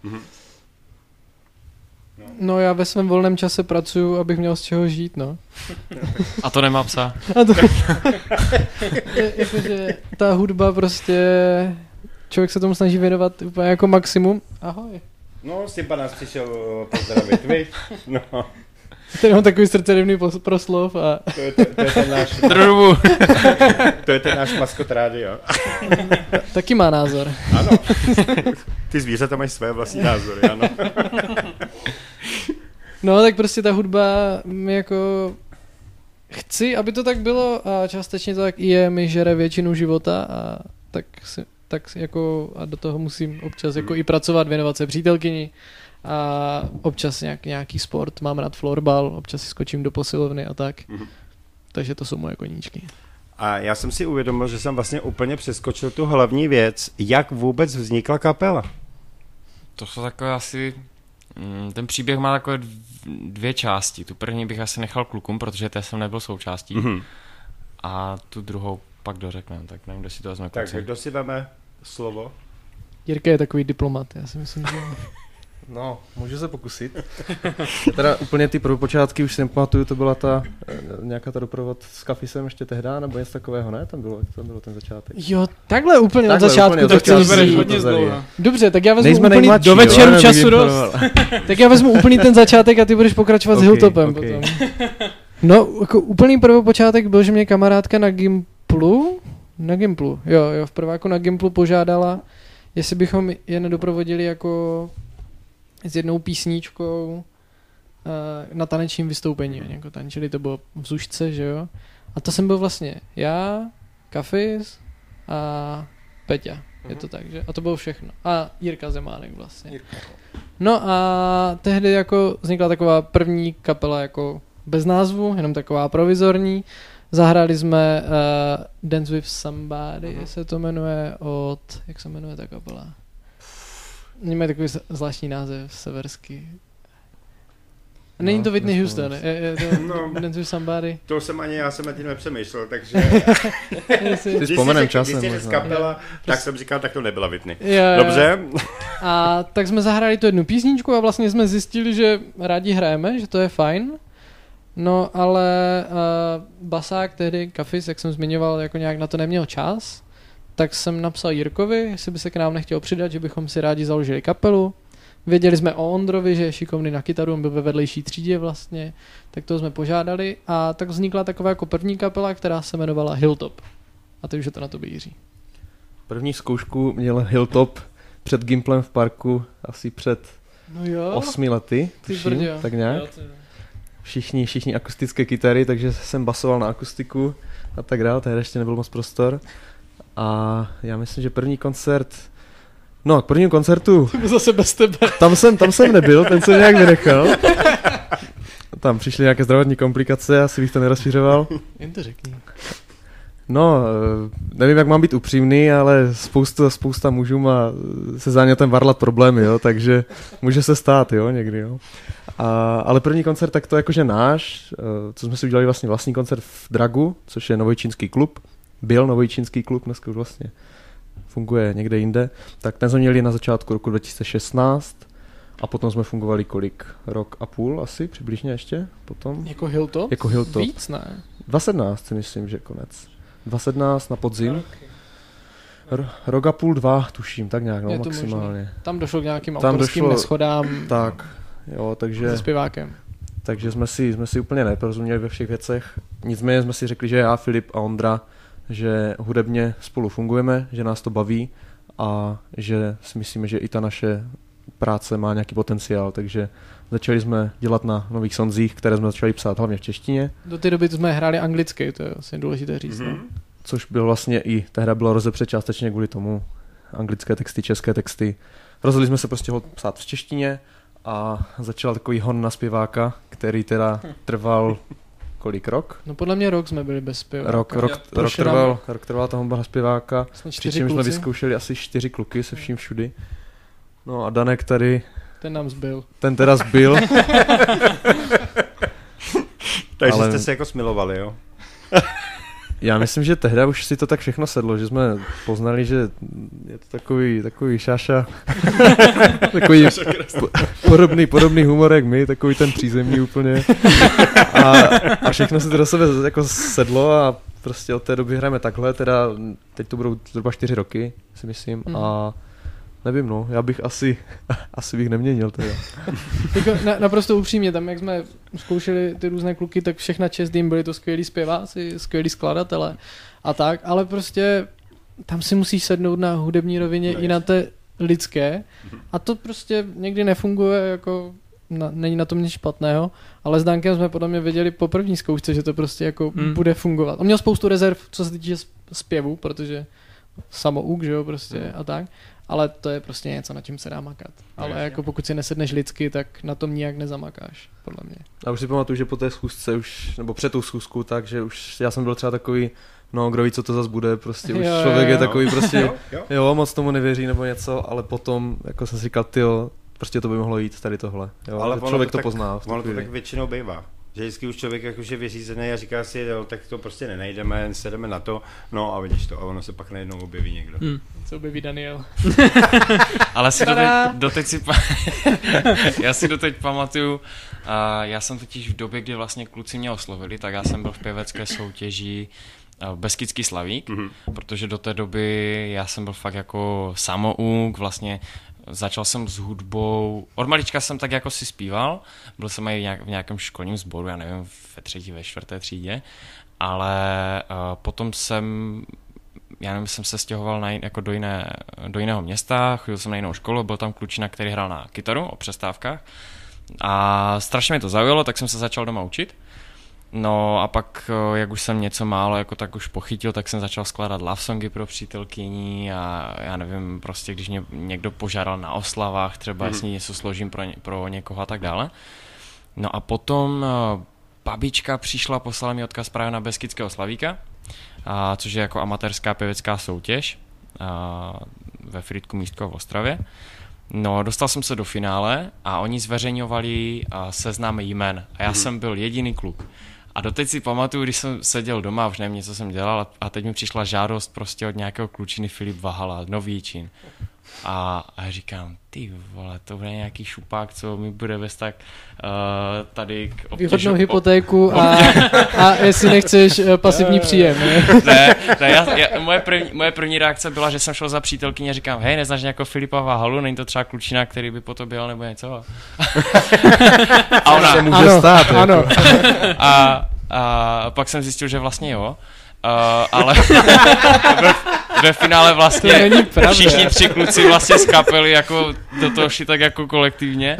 No já ve svém volném čase pracuju, abych měl z čeho žít, no. A to nemá psa. Jakože ta hudba prostě, člověk se tomu snaží věnovat úplně jako maximum. Ahoj. No, Simpa nás přišel pozdravit, viď? No. Ten mám takový srdcerivný proslov a... To je ten náš... To je ten náš maskot rádio. Taky má názor. Ano. Ty zvířata mají své vlastní názory, ano. No, tak prostě ta hudba mi jako... Chci, aby to tak bylo a částečně to tak i je, mi žere většinu života a tak jako a do toho musím občas jako i pracovat, věnovat se přítelkyni a občas nějaký sport, mám rád florbal, občas si skočím do posilovny a tak. Takže to jsou moje koníčky. A já jsem si uvědomil, že jsem vlastně úplně přeskočil tu hlavní věc, jak vůbec vznikla kapela. To jsou takové asi... Ten příběh má takové dvě části. Tu první bych asi nechal klukům, protože té jsem nebyl součástí. A tu druhou pak dořekneme, tak nevím, kdo si to vezme. Tak kdo si veme slovo? Jirka je takový diplomat, já si myslím, že... No, můžu se pokusit. Teda úplně ty prvopočátky už si nepamatuju, to byla nějaká ta doprovod s Kafisem ještě tehda, nebo něco takového, ne? Tam bylo ten začátek. Jo, takhle úplně od začátku to chci bereš hodně zdlouho. Dobře, tak já vezmu nejsme úplný nejmladší, do večeru času dost. Tak já vezmu úplný ten začátek a ty budeš pokračovat s Hilltopem potom. No, jako úplný prvopočátek byl, že mě kamarádka na Gimplu, jo, v prváku na Gimplu požádala, jestli bychom je nedoprovodili jako s jednou písničkou na tanečním vystoupení. Jako tančili, to bylo v Zušce, že jo. A to jsem byl vlastně já, Kafis a Peťa. Je to tak, že? A to bylo všechno. A Jirka Zemánek vlastně. No a tehdy jako vznikla taková první kapela jako bez názvu, jenom taková provizorní. Zahrali jsme Dance with Somebody, se to jmenuje jak se jmenuje ta kapela? Oni mají takový zvláštní název, severský. Není to Whitney Houston, je to Dance with Somebody. To jsem já jsem na tím nepřemýšlel, takže... Ty vzpomenem časem. Když jsi kapela, tak jsem říkal, tak to nebyla Whitney. Jo. Dobře. A tak jsme zahrali tu jednu písničku a vlastně jsme zjistili, že rádi hrajeme, že to je fajn. No ale basák tehdy, Kafis, jak jsem zmiňoval, jako nějak na to neměl čas, tak jsem napsal Jirkovi, jestli by se k nám nechtěl přidat, že bychom si rádi založili kapelu. Věděli jsme o Ondrovi, že je šikovný na kytaru, on byl ve vedlejší třídě vlastně, tak toho jsme požádali a tak vznikla taková jako první kapela, která se jmenovala Hilltop. A teď už je to na tobě, Jiří. První zkoušku měl Hilltop před Gimplem v parku asi před 8 lety, tuším, tak nějak. Všichni akustické kytary, takže jsem basoval na akustiku a tak dále, tehdy ještě nebyl moc prostor. A já myslím, že první koncert, k prvnímu koncertu... To byl zase bez tebe. Tam jsem nebyl, ten jsem nějak vynechal. Tam přišly nějaké zdravotní komplikace, asi bych to nerozšiřoval. Jen to řekni. No, nevím, jak mám být upřímný, ale spousta mužů má se zánětem varlat problémy, jo, takže může se stát, jo, někdy, jo. Ale první koncert, tak to jakože náš, co jsme si udělali vlastní koncert v Dragu, což je novojčínský klub, byl novojčínský klub, dneska už vlastně funguje někde jinde, tak ten jsme měli na začátku roku 2016 a potom jsme fungovali rok a půl asi, přibližně ještě potom. Jako Hilltop? Jako Hilltop. Víc, ne? 2017 si myslím, že konec. 2017 na podzim. Rok a půl, 2, tuším, tak nějak, no, maximálně. Možný. Tam došlo k nějakým autorským neschodám. Tak, jo, takže... Se zpěvákem. Takže jsme si úplně neporozuměli ve všech věcech. Nicméně jsme si řekli, že já, Filip a Ondra, že hudebně spolu fungujeme, že nás to baví a že si myslíme, že i ta naše práce má nějaký potenciál, takže začali jsme dělat na nových sonzích, které jsme začali psát hlavně v češtině. Do té doby jsme hráli anglicky, to je asi důležité říct. Mm-hmm. Což byl vlastně i, ta hra byla rozepřed částečně kvůli tomu, anglické texty, české texty. Rozhodli jsme se prostě ho psát v češtině a začal takový hon na zpěváka, který teda trval rok? No podle mě rok jsme byli bez zpěváka. Rok trval ta honba na zpěváka, přičemž jsme vyzkoušeli asi 4 kluky se vším všudy. No a Danek tady... Ten nám zbyl. Ten teda zbyl. Takže jste se jako smilovali, jo? Já myslím, že tehdy už si to tak všechno sedlo, že jsme poznali, že je to takový šáša, takový podobný humor jak my, takový ten přízemní úplně. A všechno si to do sebe jako sedlo a prostě od té doby hrajeme takhle, teda teď to budou zhruba 4 roky, si myslím, a nevím, no, já bych asi bych neměnil teda. Naprosto upřímně, tam jak jsme zkoušeli ty různé kluky, tak všechna čest jim byli to skvělí zpěváci, skvělí skladatelé a tak, ale prostě tam si musíš sednout na hudební rovině i na té lidské a to prostě někdy nefunguje, jako není na tom nic špatného, ale s Dankem jsme podle mě věděli po první zkoušce, že to prostě jako bude fungovat. On měl spoustu rezerv, co se týče zpěvu, protože samouk, že jo, prostě a tak. Ale to je prostě něco, na čím se dá makat. Ale jako pokud si nesedneš lidsky, tak na tom nijak nezamakáš, podle mě. A už si pamatuju, že po té schůzce už, nebo před tou schůzku, takže už já jsem byl třeba takový, no kdo ví, co to zas bude, prostě už člověk je takový prostě, jo, moc tomu nevěří nebo něco, ale potom, jako jsem si říkal, tyjo, prostě to by mohlo jít tady tohle, jo, ale člověk to pozná. Ono to tak většinou bývá. Že vždycky už člověk jakože vyřízený a říká si, jo, tak to prostě nenajdeme, sedeme na to, no a vidíš to, a ono se pak najednou objeví někdo. Co objeví Daniel. Ale já si doteď pamatuju, já jsem totiž v době, kdy vlastně kluci mě oslovili, tak já jsem byl v pěvecké soutěži Beskydský Slavík, protože do té doby já jsem byl fakt jako samouk, vlastně začal jsem s hudbou, od malička jsem tak jako si zpíval, byl jsem i v nějakém školním sboru, já nevím, ve 3., ve 4. třídě, ale potom jsem se stěhoval jako do jiného města, chodil jsem na jinou školu, byl tam klučina, který hrál na kytaru o přestávkách a strašně mě to zaujalo, tak jsem se začal doma učit No a pak, jak už jsem něco málo jako tak už pochytil, tak jsem začal skládat love songy pro přítelkyni a já nevím, prostě když mě někdo požádal na oslavách, třeba jestli něco složím pro někoho a tak dále. No a potom babička přišla, poslala mi odkaz právě na Beskydského Slavíka, což je jako amatérská pěvecká soutěž ve Frýdku Místku v Ostravě. No, dostal jsem se do finále a oni zveřejňovali seznam jmen a já jsem byl jediný kluk. A doteď si pamatuju, když jsem seděl doma, už nevím, co jsem dělal a teď mi přišla žádost prostě od nějakého klučiny Filip Vahala, Nový Jičín. A říkám, ty vole, to bude nějaký šupák, co mi bude vést tak tady k výhodnou hypotéku a jestli nechceš pasivní příjem. Ne, moje první reakce byla, že jsem šel za přítelkyni a říkám, hej, neznáš nějakou Filipa Vahalu, není to třeba klučina, který by po tobě jel nebo něco? A ona, se může stát. Ano. A pak jsem zjistil, že vlastně jo. Ale ve finále vlastně všichni 3 kluci vlastně z kapely jako do toho šli tak jako kolektivně.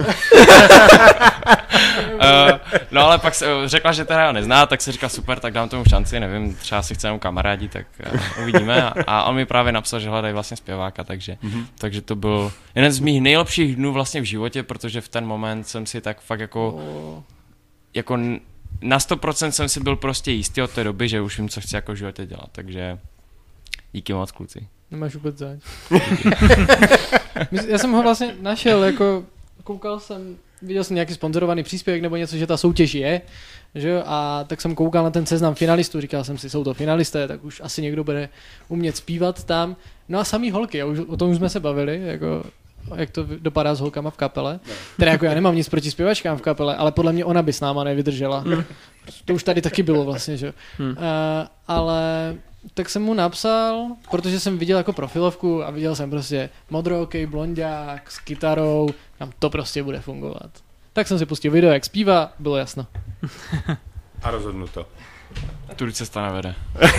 No ale pak řekla, že teda nezná, tak se říká super, tak dám tomu šanci, nevím, třeba si chceme kamarádi, tak uvidíme. A on mi právě napsal, že hledají vlastně zpěváka, takže to byl jeden z mých nejlepších dnů vlastně v životě, protože v ten moment jsem si tak fakt jako na 100% jsem si byl prostě jistý od té doby, že už vím, co chci jako v životě dělat, takže díky moc, kluci. Nemáš vůbec zač. Já jsem ho vlastně našel, jako koukal jsem, viděl jsem nějaký sponzorovaný příspěvek nebo něco, že ta soutěž je, že jo, a tak jsem koukal na ten seznam finalistů, říkal jsem si, jsou to finalisté, tak už asi někdo bude umět zpívat tam. No a samý holky, o tom už jsme se bavili, jako jak to dopadá s holkama v kapele. Teda jako já nemám nic proti zpěvačkám v kapele, ale podle mě ona by s náma nevydržela. To už tady taky bylo vlastně, že? Ale tak jsem mu napsal, protože jsem viděl jako profilovku a viděl jsem prostě modrookej, blonďák s kytarou, tam to prostě bude fungovat. Tak jsem si pustil video, jak zpívá, bylo jasno. A rozhodnuto. Tudy cesta nevede.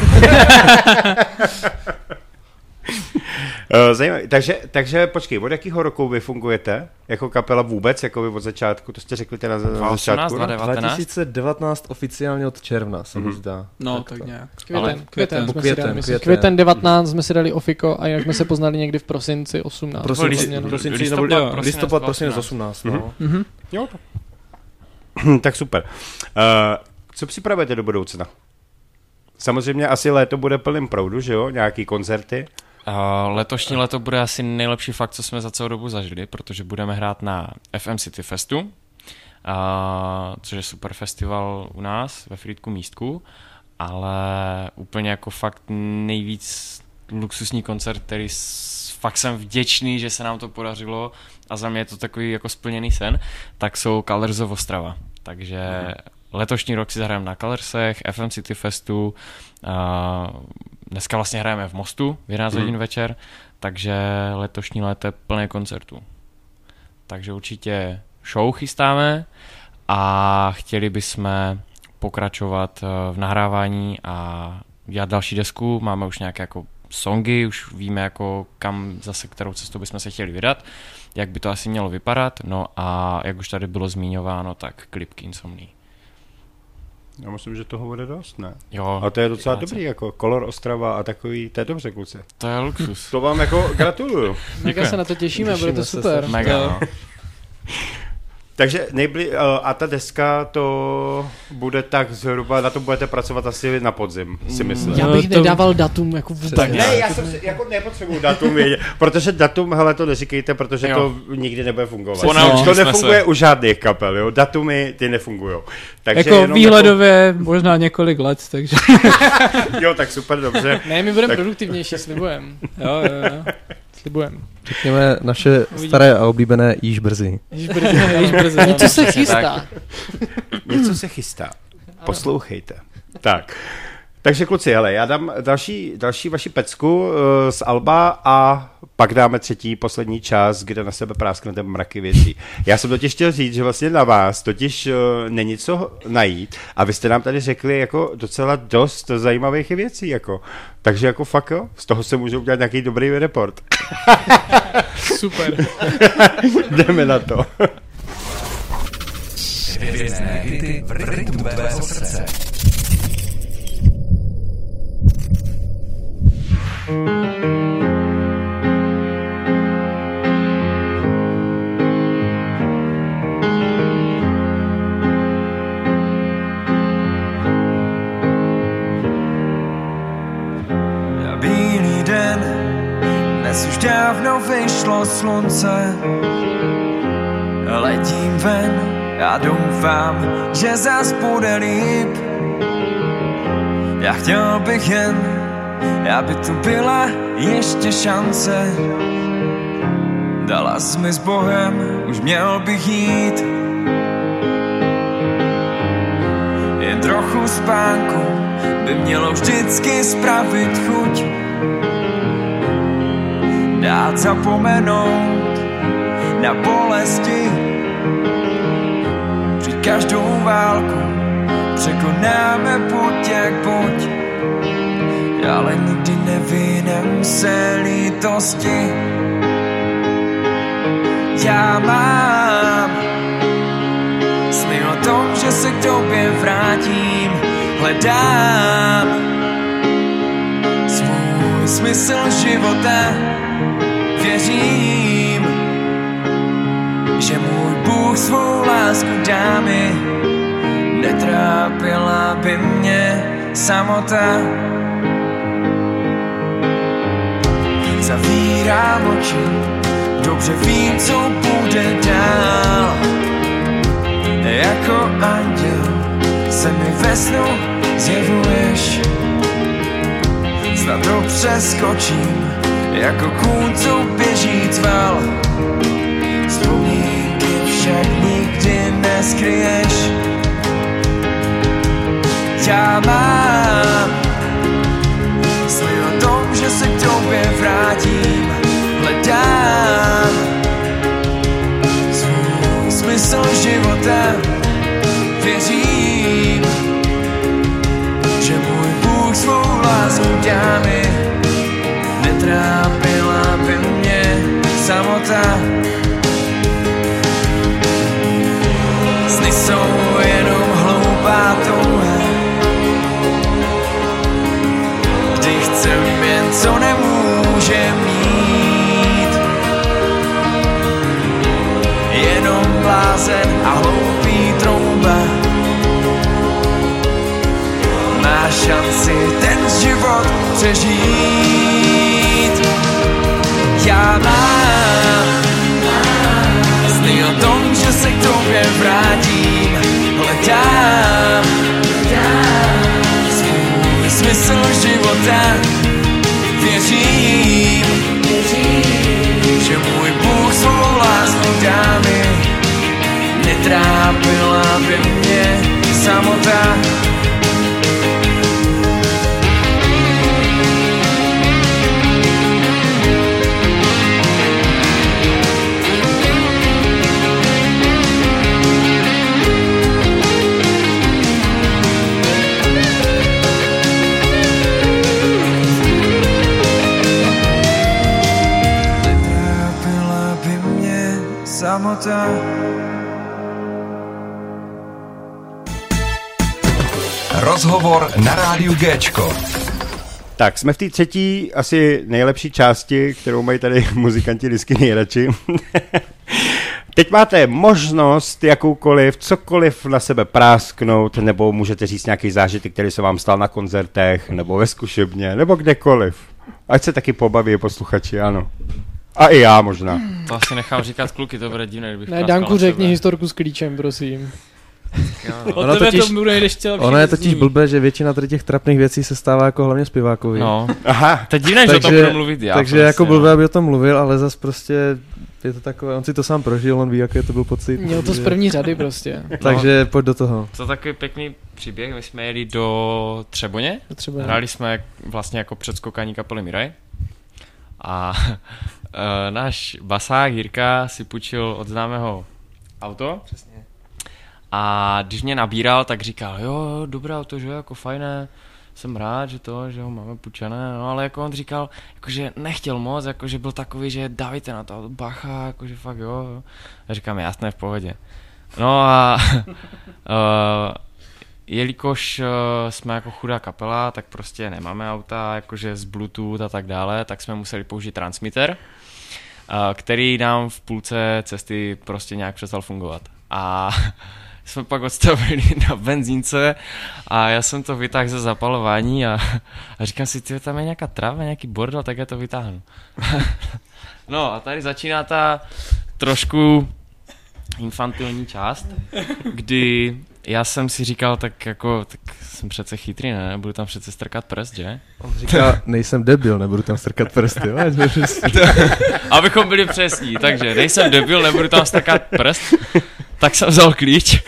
Zajímavé. Takže počkej, od jakého roku vy fungujete jako kapela vůbec, jako vy od začátku, to jste řekli teda na začátku? 2019 oficiálně od června se mi zdá. No, tak nějak. Květen 19 jsme si dali ofiko a jak jsme se poznali někdy v prosinci 18. Listopad, prosinec 18. No. Jo, tak super. Co připravujete do budoucna? Samozřejmě asi léto bude plným proudu, že jo? Nějaký koncerty? Letošní léto bude asi nejlepší fakt, co jsme za celou dobu zažili, protože budeme hrát na FM City Festu, což je super festival u nás ve Frýdku Místku, ale úplně jako fakt nejvíc luxusní koncert, který fakt jsem vděčný, že se nám to podařilo a za mě je to takový jako splněný sen, tak jsou Colors of Ostrava. Takže letošní rok si zahrajeme na Colorsech, FM City Festu, dneska vlastně hrajeme v Mostu v 11 hodin večer, takže letošní léto je plné koncertů. Takže určitě show chystáme a chtěli bychom pokračovat v nahrávání a dělat další desku. Máme už nějaké jako songy, už víme jako kam zase kterou cestou bychom se chtěli vydat, jak by to asi mělo vypadat, no a jak už tady bylo zmiňováno, tak klip k Insomnii. Já myslím, že toho bude dost, ne? Jo. A to je docela dobrý, jako Color Ostrava a takový, to je dobře, kluci. To je luxus. To vám jako gratuluju. Mega se na to těšíme, bude to super. Mega, no. Takže a ta deska to bude tak zhruba, na to budete pracovat asi na podzim, si myslím. Já bych nedával datum jako vůbec. Ne, já jsem si, jako nepotřebuji datum vědět, protože datum, hele, to neříkejte, protože to nikdy nebude fungovat. To nefunguje u žádných kapel, jo, datumy ty nefungujou. Takže jako výhledově jako možná několik let, takže. Jo, tak super, dobře. Ne, my budeme produktivnější, slibujem. Jo. Slibujem. Řekněme naše staré a oblíbené již brzy. Něco se chystá. Něco se chystá. Poslouchejte. Tak. Takže kluci, hele, já dám další vaši pecku z alba a pak dáme třetí, poslední část, kde na sebe prásknete mraky věcí. Já jsem totiž chtěl říct, že vlastně na vás totiž není co najít a vy jste nám tady řekli jako docela dost zajímavých věcí, jako. Takže jako fakt jo, z toho se může udělat nějaký dobrý report. Super. Jdeme na to. Hvězdné hity v rytmu tvého srdce. Bílý den, dnes už dávno vyšlo slunce. Letím ven a doufám, že zas bude líp. Já chtěl bych jen, aby tu byla ještě šance. Dala jsi mi s Bohem, už měl bych jít. Jen trochu spánku by mělo vždycky spravit chuť. Dát zapomenout na bolesti. Při každou válku překonáme buď jak buď. Ale nikdy nevyhnem se lítosti. Já mám sny o tom, že se k tobě vrátím. Hledám svůj smysl života. Věřím, že můj Bůh svou lásku dá mi. Netrápila by mě samota. Zavírám oči, dobře vím, co bude dál. Jako anděl se mi ve snu zjevuješ. Snad to přeskočím, jako kůň, co běží cval. Vzpomínky však nikdy neskryješ. Já mám sny o tom, že se k tobě vrátím. Hledám svůj smysl života. Věřím, že můj Bůh svou lásku dá mi. Netrápila by mě samota. Sny jsou jenom hloupá touha, kdy chcem jen co nemůžem mít. Jenom blázen a hloupý trouba má šanci ten život přežít. Já mám sny o tom, že se k tobě vrátím. Hledám svůj smysl života. Věřím, že můj Bůh svou lásku dá mi. Netrápila by mě samota. Samota. Rozhovor na rádiu Géčko. Tak, jsme v té třetí, asi nejlepší části, kterou mají tady muzikanti vždycky nejradši. Teď máte možnost jakoukoliv, cokoliv na sebe prásknout, nebo můžete říct nějaký zážitek, který se vám stal na koncertech, nebo ve zkušebně, nebo kdekoliv. Ať se taky pobaví posluchači, ano. A i já možná. To asi nechám říkat kluky, to bude divné, kdybych Ne, Danku, řekni historku s klíčem, prosím. Od tebe to bude ještě lepší. Ono je totiž blbé, že většina tady těch trapných věcí se stává jako hlavně zpěvákovi. No. Aha. To je divné, že o tom budu mluvit já. Takže prostě, jako blbé, aby o tom mluvil, ale zas prostě je to takové, on si to sám prožil, on ví, jaký to byl pocit. Měl to z první řady prostě. Takže pojď do toho. To je takový pěkný příběh, my jsme jeli do Třeboně, hráli jsme vlastně jako předskokání kapely Miraj a náš basák Jirka si půjčil od známého auto. Přesně. A když mě nabíral, tak říkal, jo, dobré auto, že jako fajné, jsem rád, že ho máme půjčené, no ale jako on říkal, jakože nechtěl moc, jakože byl takový, že dávajte na to bacha, jakože fakt jo. A říkám, jasné, v pohodě. No a jelikož jsme jako chudá kapela, tak prostě nemáme auta jakože z Bluetooth a tak dále, tak jsme museli použít transmitter, který nám v půlce cesty prostě nějak přestal fungovat. A jsme pak odstavili na benzínce a já jsem to vytáhl ze zapalování a říkám si, tyjo, tam je nějaká tráva, nějaký bordel, tak já to vytáhnu. No a tady začíná ta trošku infantilní část, kdy já jsem si říkal, tak jsem přece chytrý, ne? Budu tam přece strkat prst, že? On říká, nejsem debil, nebudu tam strkat prsty, jo? Abychom byli přesní, takže nejsem debil, nebudu tam strkat prst, tak jsem vzal klíč.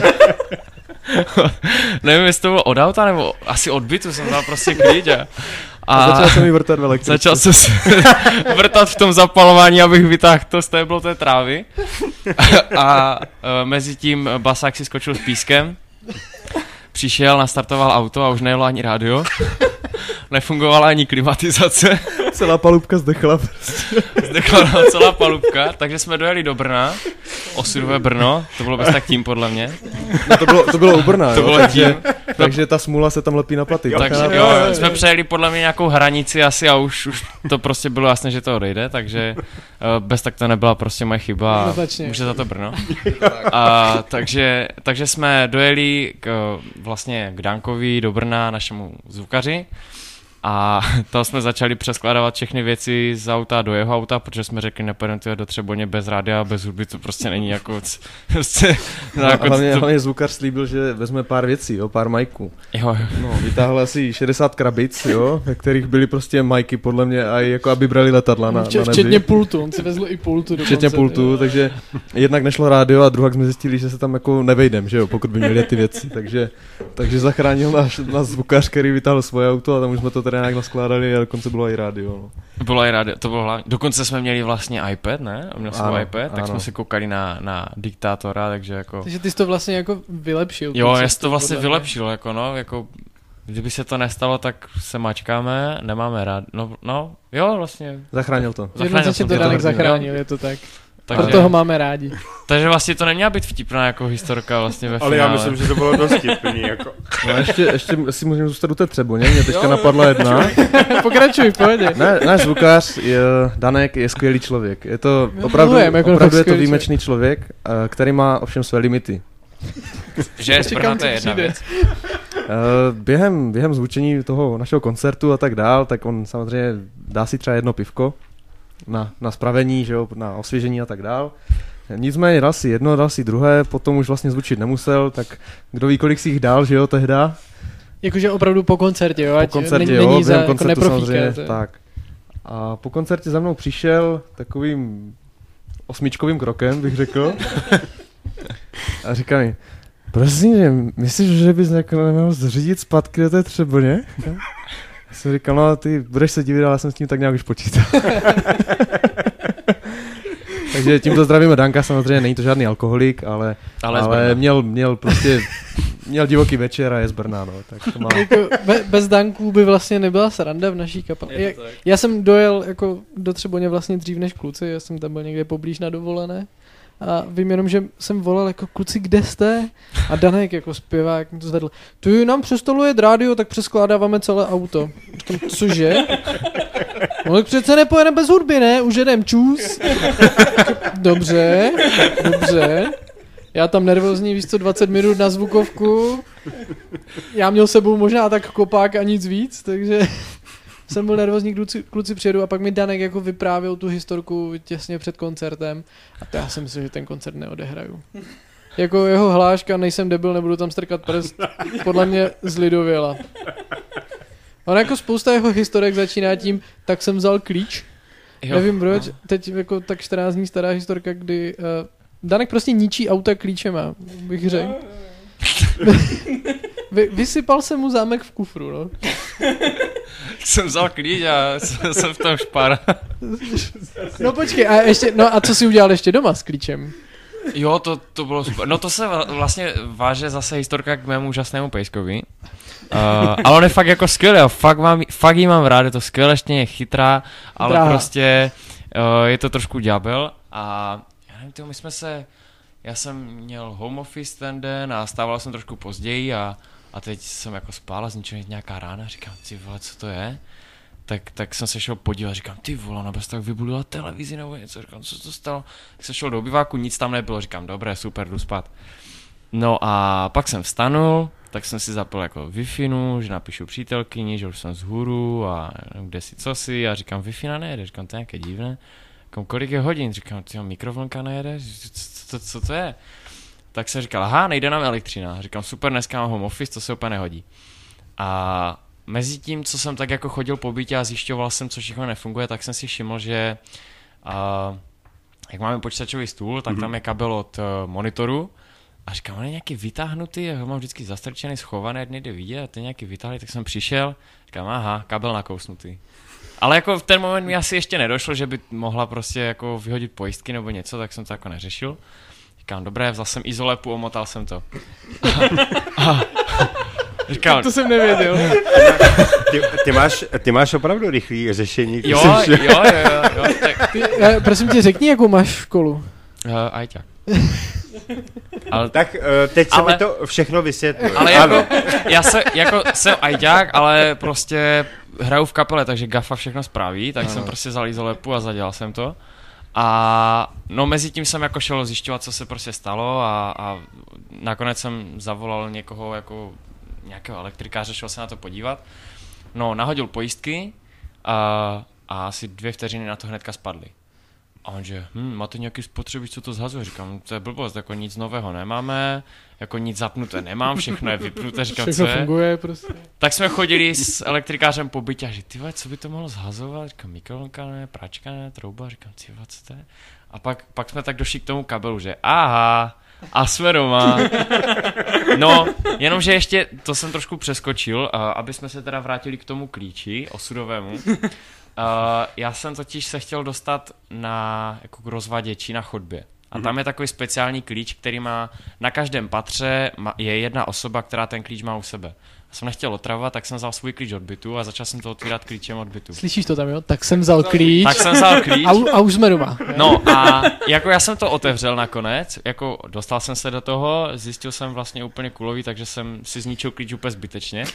Nevím, jestli to bylo od auta, nebo asi od bytu, jsem vzal prostě klíč a začal jsem jí vrtat v elektrice. Začal jsem se vrtat v tom zapalování, abych vytáhl to stéblo té trávy. A mezi tím basák si skočil s pískem. Přišel, nastartoval auto a už nejelo ani rádio. Nefungovala ani klimatizace. Celá palubka zdechla prostě. Zdechla celá palubka, takže jsme dojeli do Brna. Osudové Brno, to bylo bez tak tím podle mě. No to bylo u Brna, to jo, bylo takže ta smůla se tam lepí na paty. Takže jsme přejeli podle mě nějakou hranici asi a už to prostě bylo jasné, že to odejde, takže bez tak to nebyla prostě moje chyba a může za to Brno. A takže jsme dojeli vlastně k Dankovi do Brna, našemu zvukaři. A tam jsme začali přeskládávat všechny věci z auta do jeho auta, protože jsme řekli, nepojedeme do Třeboně bez rádia a bez hudby, to prostě není jako... Prostě, hlavně zvukař slíbil, že vezme pár věcí, jo, pár majků. Jo. No, vytáhl asi 60 krabic, jo, ve kterých byly prostě majky, podle mě, a jako aby brali letadla na nebi. Včetně pultu, on si vezl i pultu dokonce. Včetně pultu, jo. Takže jednak nešlo rádio a druhak jsme zjistili, že se tam jako nevejdem, že jo, pokud by měli ty věci, takže zachránil náš zvukař, který vytáhl svoje auto a tam už jsme to teda nějak naskládali a dokonce bylo i rádio. No. Bylo i rádio, to bylo hlavně. Dokonce jsme měli vlastně iPad, ne? A měl jsem iPad, tak jsme se koukali na diktátora, takže jako... Takže ty jsi to vlastně jako vylepšil. Jo, já to vlastně vylepšil, jako no, jako... Kdyby se to nestalo, tak se mačkáme, nemáme rád. No, jo, vlastně. Zachránil to. Jednoznačně to Danek zachránil, je to tak. Takže, proto ho máme rádi. Takže vlastně to neměla být vtipná jako historka vlastně ve finále. Ale já myslím, že to bylo dost vtipný, jako. No ještě si můžeme zůstat u té Třeboně, mě teďka napadla jedna. Pokračuj, pohodě. Náš zvukař, Danek, je skvělý člověk. Je to opravdu je to výjimečný člověk, který má ovšem své limity. Že je správně, to je jedna věc. Během zvučení toho našeho koncertu a tak dál, tak on samozřejmě dá si třeba jedno pivko na spravení, že jo, na osvěžení a tak dál. Nicméně dal si jedno, dal si druhé, potom už vlastně zvučit nemusel, tak kdo ví, kolik si jich dal, že jo, tehda. Jakože opravdu po koncertě, jo? Po koncertě, není během jako koncertu samozřejmě, to. tak. A po koncertě za mnou přišel takovým 8 krokem, bych řekl. A říká mi, prosím, že myslíš, že bys nemohl zřídit zpátky do té Třeboně? Já jsem říkal, no ty budeš se divit, ale jsem s tím tak nějak už počítal. Takže tímto zdravíme Danka, samozřejmě není to žádný alkoholik, ale měl divoký večer a je z Brna, no. Tak to má... Jako bez Danků by vlastně nebyla sranda v naší kapele. Já jsem dojel jako do Třeboně vlastně dřív než kluci, já jsem tam byl někde poblíž na dovolené. A vím jenom, že jsem volal jako kluci, kde jste? A Danek jako zpěvák mi to zvedl. Tu nám přestalo jet rádio, tak přeskládáváme celé auto. Říkám, cože? No tak přece nepojedeme bez hudby, ne? Už jedem čus. Dobře. Já tam nervózní, víš co, 20 minut na zvukovku. Já měl sebou možná tak kopák a nic víc, takže... Jsem byl nervózní, kluci přijedu a pak mi Danek jako vyprávěl tu historku těsně před koncertem a to já jsem myslel, že ten koncert neodehraju. Jako jeho hláška, nejsem debil, nebudu tam strkat prst, podle mě zlidověla. On jako spousta jeho historek začíná tím, tak jsem vzal klíč. Jo. Nevím proč, teď jako tak 14 dní stará historka, kdy Danek prostě ničí auta klíčema, bych řekl. Vysypal jsem mu zámek v kufru, no. Jsem vzal klíč a jsem v tom špar. No počkej, a ještě, no a co jsi udělal ještě doma s klíčem? Jo, to bylo super. No to se vlastně váže zase historka k mému úžasnému pejskovi. Ale on je fakt jako skvělý, fakt jí mám rád, je to skvělečně, je chytrá, ale prostě je to trošku ďábel a já nevím, my jsme se já jsem měl home office ten den a stával jsem trošku později a teď jsem jako spál a z ničeho nějaká rána, říkám, ty vole, co to je? Tak jsem se šel podívat, říkám, ty vole, nebo tak vybudila televizi nebo něco, říkám, co to stalo? Tak jsem šel do obyváku, nic tam nebylo, říkám, dobré, super, jdu spát. No a pak jsem vstanul, tak jsem si zapil jako Wi-Fi, že napíšu přítelkyni, že už jsem vzhůru a kde si co si a říkám, Wi-Fi nejede, říkám, to je nějaké divné. Říkám, kolik je hodin, říkám, mikrovlnka nejede, co to je? Tak jsem říkal, aha, nejde nám elektřina, říkám, super, dneska mám home office, to se úplně nehodí. A mezi tím, co jsem tak jako chodil po bytě a zjišťoval jsem, co všechno nefunguje, tak jsem si všiml, že jak máme počítačový stůl, tak tam je kabel od monitoru a říkám, on je nějaký vytáhnutý, já ho mám vždycky zastrčený, schovaný, jak nejde vidět a ten nějaký vytáhlý, tak jsem přišel, říkám, aha, kabel nakousnutý. Ale jako v ten moment mi asi ještě nedošlo, že by mohla prostě jako vyhodit pojistky nebo něco, tak jsem to jako neřešil. Říkám, dobré, vzal jsem izolepu, omotal jsem to. Říkám, To jsem nevěděl. Ty máš opravdu rychlý řešení. Jo. Tak, Prosím tě, řekni, jakou máš školu. ajťák. Ale, Tak teď se mi to všechno vysvětluje. ale jako, já jsem ajťák, ale prostě hraju v kapele, takže Gafa všechno spraví, tak jsem prostě vzal izolepu a zadělal jsem to. A no mezi tím jsem jako šel zjišťovat, co se prostě stalo a nakonec jsem zavolal někoho jako nějakého elektrikáře, šel se na to podívat. No, nahodil pojistky a asi 2 vteřiny na to hnedka spadly. A on že, máte nějaký spotřebič, co to zhazuje? Říkám, to je blbost, jako nic nového nemáme, jako nic zapnuté nemám, všechno je vypnuté, říkám, Všechno co je? funguje prostě. Tak jsme chodili s elektrikářem po bytě a říkám, ty vole, co by to mohlo zhazovat? Říkám, mikrovlnka ne, pračka ne, trouba, říkám, ty vole, co to je? A pak jsme tak došli k tomu kabelu, že aha, a jsme doma. No, jenomže ještě, to jsem trošku přeskočil, aby jsme se teda vrátili k tomu klíči osudovému. Já jsem totiž se chtěl dostat jako k rozvaděči na chodbě. A tam je takový speciální klíč, který má na každém patře, je jedna osoba, která ten klíč má u sebe. Já jsem nechtěl otravovat, tak jsem vzal svůj klíč od bytu a začal jsem to otvírat klíčem od bytu. Slyšíš to tam, jo? Tak jsem vzal klíč. Tak jsem vzal klíč. A už jsme doma. No a jako já jsem to otevřel nakonec, jako dostal jsem se do toho, zjistil jsem vlastně úplně kulový, takže jsem si zničil klíč úplně zbytečně.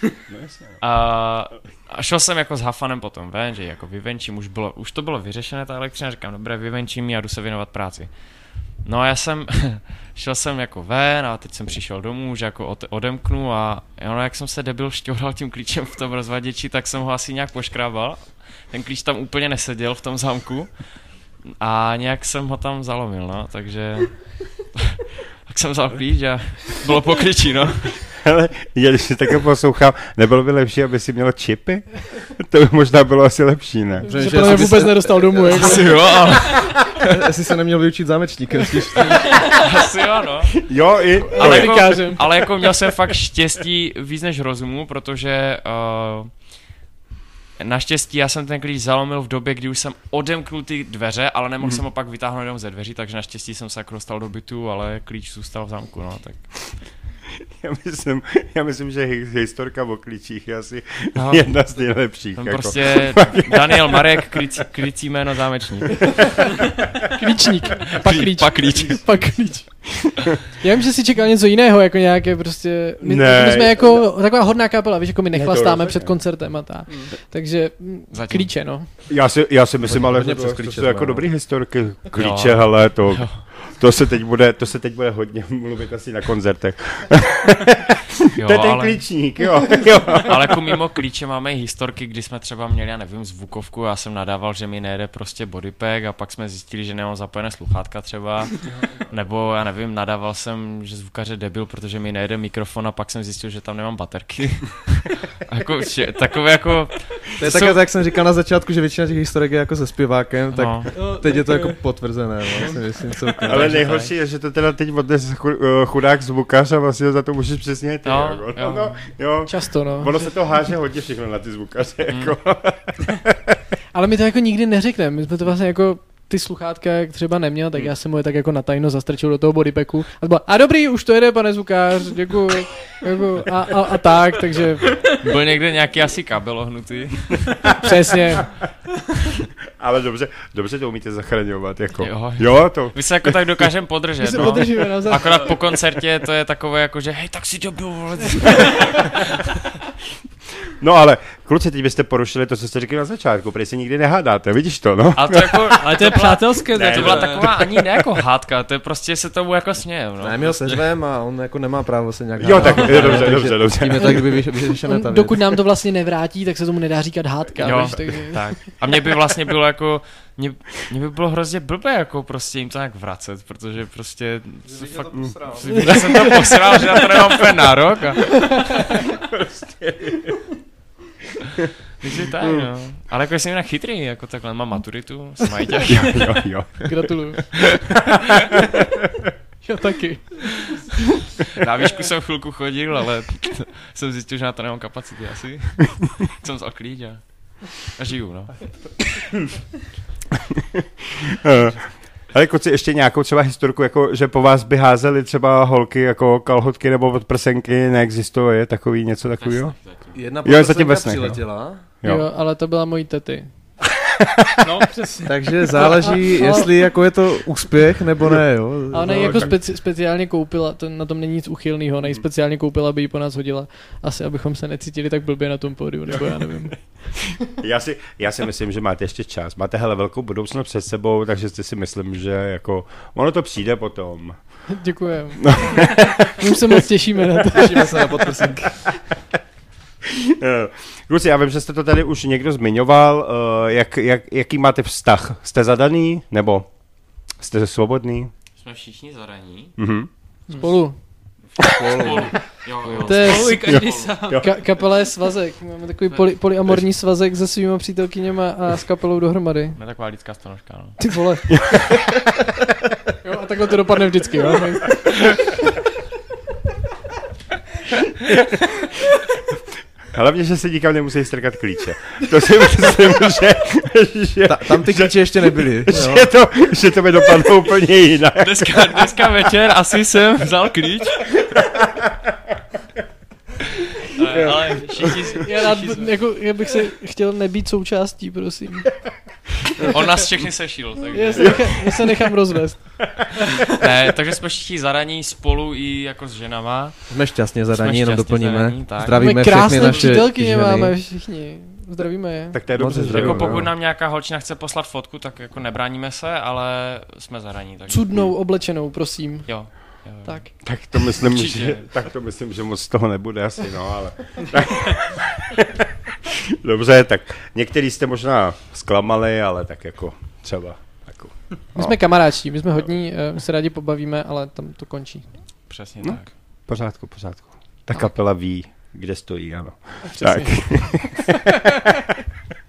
A šel jsem jako s Hafanem potom ven, že jako vyvenčím, už to bylo vyřešené ta elektřina, říkám, dobré, vyvenčím a jdu se věnovat práci. No a šel jsem jako ven a teď jsem přišel domů, že jako odemknu a ono, jak jsem se debil šťoural tím klíčem v tom rozvaděči, tak jsem ho asi nějak poškrábal. Ten klíč tam úplně neseděl v tom zámku a nějak jsem ho tam zalomil, no, takže tak jsem vzal klíč a bylo po klíči, no. Ale když si také poslouchám, nebylo by lepší, aby si měl čipy? To by možná bylo asi lepší, ne? Že to vůbec nedostal domů, jako. Asi jo, ale Jestli se neměl vyučit zámečníkem. asi jo, no. Jo, i... Ale jako měl jsem fakt štěstí víc než rozumu, protože naštěstí já jsem ten klíč zalomil v době, kdy už jsem odemknul ty dveře, ale nemohl jsem ho pak vytáhnout jenom ze dveří, takže naštěstí jsem se jako dostal do bytu, ale klíč zůstal v zámku, no, tak... Já myslím, že historka o klíčích je asi jedna z nejlepších. Tam jako. prostě Daniel Marek, krycí jméno zámečník. Klíčník. Pak klíč. Pak klíč. Já vím, že si čekal něco jiného, jako nějaké prostě... My jsme jako taková hodná kapela, víš, jako my nechlastáme před koncertem a tak. Takže klíče, no. Já si myslím, ale to jsou jako dobrý historky. Klíče, hele, to se teď bude hodně mluvit asi na koncertech. Jo, to je ten klíčník, jo. Ale jako mimo klíče máme i historky, kdy jsme třeba měli, já nevím, zvukovku, já jsem nadával, že mi nejede prostě bodypack a pak jsme zjistili, že nemám zapojené sluchátka třeba, nebo já nevím, nadával jsem, že zvukař je debil, protože mi nejede mikrofon a pak jsem zjistil, že tam nemám baterky. Jako, takové jako... To je takové, jak jsem říkal na začátku, že většina těch historek je jako se zpěvákem, tak teď je to jako potvrzené, vlastně myslím celkem. Ale nejhorší je, že to teda teď odnes chudák zvukař a vlastně za to můžeš přesně ty. Jo. Často, no. Ono se to háže hodně všechno na ty zvukaře, jako. Ale my to jako nikdy neřekneme, my jsme to vlastně jako ty sluchátka, jak třeba neměl, tak já jsem mu je tak jako na tajno zastrčil do toho bodypacku a dobrý, už to jede, pane zvukář, děkuju, jako, a tak, takže... Byl někde nějaký asi kabel ohnutý. Přesně. Ale dobře to umíte zachraňovat, jako. Jo. To. My se jako tak dokážeme podržet, My se podržíme navzájem. Akorát po koncertě to je takové jako, že hej, tak si dobil, vole. No ale, kluci, teď byste porušili to, co jste řekli na začátku, protože se nikdy nehádáte, vidíš to, no? Ale to je přátelské. Ne, to byla taková ani ne jako hádka, to je prostě se tomu jako smějem, no. Ne, my ho seřvem a on jako nemá právo se nějak Jo, tak dobře. Tím je tak, kdyby vyřešené ta věc. Dokud nám to vlastně nevrátí, tak se tomu nedá říkat hádka. Jo, víš, takže... tak. A mě by vlastně bylo jako, mě by bylo hrozně blbé jako prostě jim to nějak vracet, protože prostě jsem to posral, že na to nemám úplně nárok a... Takže tak, no. Ale jako jsem jinak chytrý, jako takhle mám maturitu, jsem majťák. Jo. Gratuluju. Já taky. Na výšku jsem chvilku chodil, ale jsem zjistil, že na to nemám kapacity asi. Jsem vzal klíč a žiju, no. Ale kluci, ještě nějakou třeba historku, jako že po vás by házeli třeba holky jako kalhotky nebo podprsenky, neexistuje takový něco takového? Jedna zatím přiletěla. Jo, ale to byla mojí tety. No, přesně. Takže záleží, jestli jako je to úspěch, nebo ne, jo. A ona ji jako speciálně koupila, na tom není nic uchylného, ona ji speciálně koupila, aby ji po nás hodila. Asi, abychom se necítili tak blbě na tom pódiu, nebo já nevím. Já si myslím, že máte ještě čas. Máte hele velkou budoucnost před sebou, takže si myslím, že jako ono to přijde potom. Děkujem. My se moc těšíme na to. Těšíme se na podprsenky. Kluci, já vím, že jste to tady už někdo zmiňoval. Jaký máte vztah? Jste zadaný? Nebo jste svobodný? Jsme všichni zadaní. Spolu. Jo. To je Spolu i každý sám. Kapela je svazek. Máme takový polyamorní svazek se svýma přítelkyněma a s kapelou dohromady. Ne taková lidská stanožka, no. Ty vole. Jo, a takhle to dopadne vždycky, jo? Hlavně, že se nikam nemusí strkat klíče. To si myslím, že tam ty klíče ještě nebyly. že to by dopadlo úplně jinak. Dneska večer asi jsem vzal klíč. Ale všichni já bych se chtěl nebýt součástí, prosím. On nás všechny sešil. Takže... Já se nechám rozvést. Ne, takže jsme všichni zadaní spolu i jako s ženama. Jsme šťastně zadaní, jenom doplníme. Zadaní, zdravíme všechny naše přítelkyně ženy. Máme všichni. Zdravíme je. Tak to je dobře. Jako pokud nám nějaká holčina chce poslat fotku, tak jako nebráníme se, ale jsme zadaní. Takže... Cudnou oblečenou, prosím. Jo. Tak to myslím, že moc toho nebude asi, no, ale... Dobře, tak některý jste možná zklamali, ale tak jako třeba... Jako, my jsme kamaráčtí, my jsme hodní, my se rádi pobavíme, ale tam to končí. Přesně no, tak. Pořádku. Ta kapela ví, kde stojí, ano. Přesně. Tak.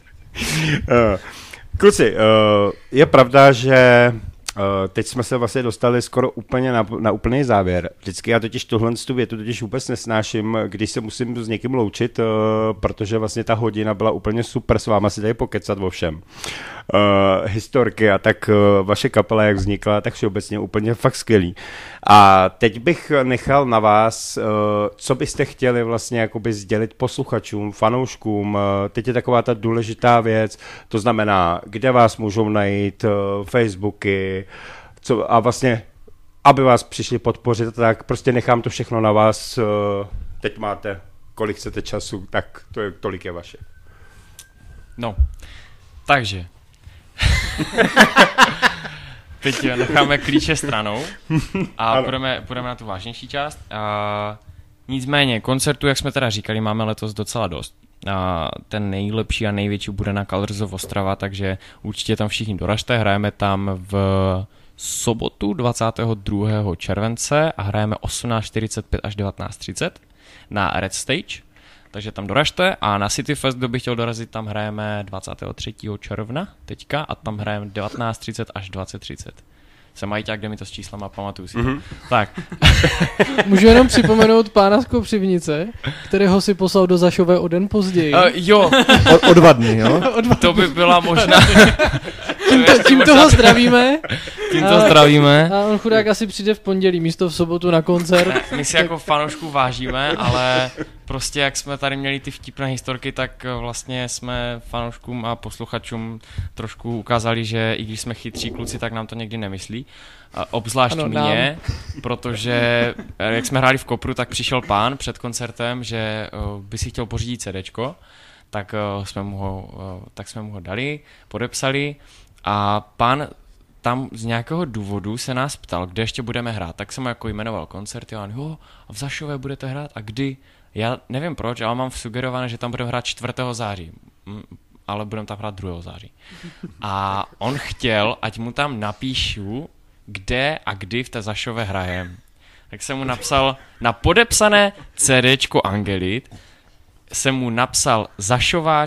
Kluci, je pravda, že teď jsme se vlastně dostali skoro úplně na úplný závěr. Vždycky já totiž tu větu vůbec nesnáším, když se musím s někým loučit, protože vlastně ta hodina byla úplně super s váma si tady pokecat o všem. Historky a tak vaše kapela, jak vznikla, tak všeobecně úplně fakt skvělý. A teď bych nechal na vás, co byste chtěli vlastně jakoby sdělit posluchačům, fanouškům. Teď je taková ta důležitá věc, to znamená, kde vás můžou najít, Facebooky, a vlastně, aby vás přišli podpořit, tak prostě nechám to všechno na vás. Teď máte, kolik chcete času, tak tolik je vaše. No, takže... Teď necháme klíče stranou a půjdeme na tu vážnější část. Nicméně, koncertů, jak jsme teda říkali, máme letos docela dost. Ten nejlepší a největší bude na Kalrzov Ostrava, takže určitě tam všichni doražte. Hrajeme tam v sobotu 22. července a hrajeme 18:45 až 19:30 na Red Stage. Takže tam doražte a na City Fest, kdo by chtěl dorazit, tam hrajeme 23. června teďka a tam hrajeme 19:30 až 20:30. Jsem majťák, kde mi to s číslama, pamatuju si. Tak. Můžu jenom připomenout pána z Kopřivnice, kterého si poslal do Zašové o den později. Jo. O 2 dny, jo? To by byla možná... Tím toho zdravíme. Tímto zdravíme. A on chudák asi přijde v pondělí místo v sobotu na koncert. Ne, my si jako fanoušků vážíme, ale prostě jak jsme tady měli ty vtipné historky, tak vlastně jsme fanouškům a posluchačům trošku ukázali, že i když jsme chytří kluci, tak nám to někdy nemyslí. Obzvlášť mě, protože jak jsme hráli v Kopru, tak přišel pán před koncertem, že by si chtěl pořídit CDčko, tak jsme mu ho dali, podepsali a pán tam z nějakého důvodu se nás ptal, kde ještě budeme hrát, tak jsem mu jako jmenoval koncert a on, jo, a v Zašové budete hrát a kdy? Já nevím proč, ale mám sugerované, že tam budeme hrát 4. září, ale budeme tam hrát 2. září. A on chtěl, ať mu tam napíšu, kde a kdy v té Zašové hrajem. Tak jsem mu napsal na podepsané CDčko Angelit, jsem mu napsal Zašová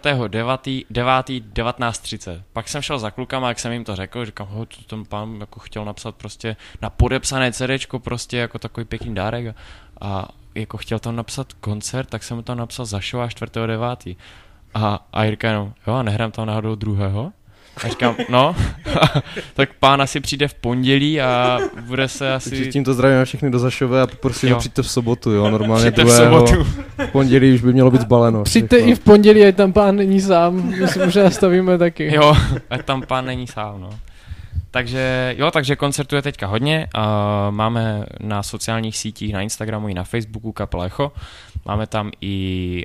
4.9.19:30. Pak jsem šel za klukama, jak jsem jim to řekl, říkám, to ten pán jako chtěl napsat prostě na podepsané CDčko, prostě jako takový pěkný dárek a jako chtěl tam napsat koncert, tak jsem mu tam napsal Zašová 4.9. A Jirka jenom, jo, a nehrám tam náhodou 2. A říkám, no, tak pán asi přijde v pondělí a bude se asi... Takže tímto zdravíme všechny do Zašové a poprosím, přijďte v sobotu, jo, normálně přijďte v sobotu. V pondělí už by mělo být zbaleno. Přijďte i v pondělí, ať tam pán není sám, my si možná stavíme taky. Jo, ať tam pán není sám, no. Takže koncertuje teďka hodně, máme na sociálních sítích, na Instagramu i na Facebooku kapela Echo, máme tam i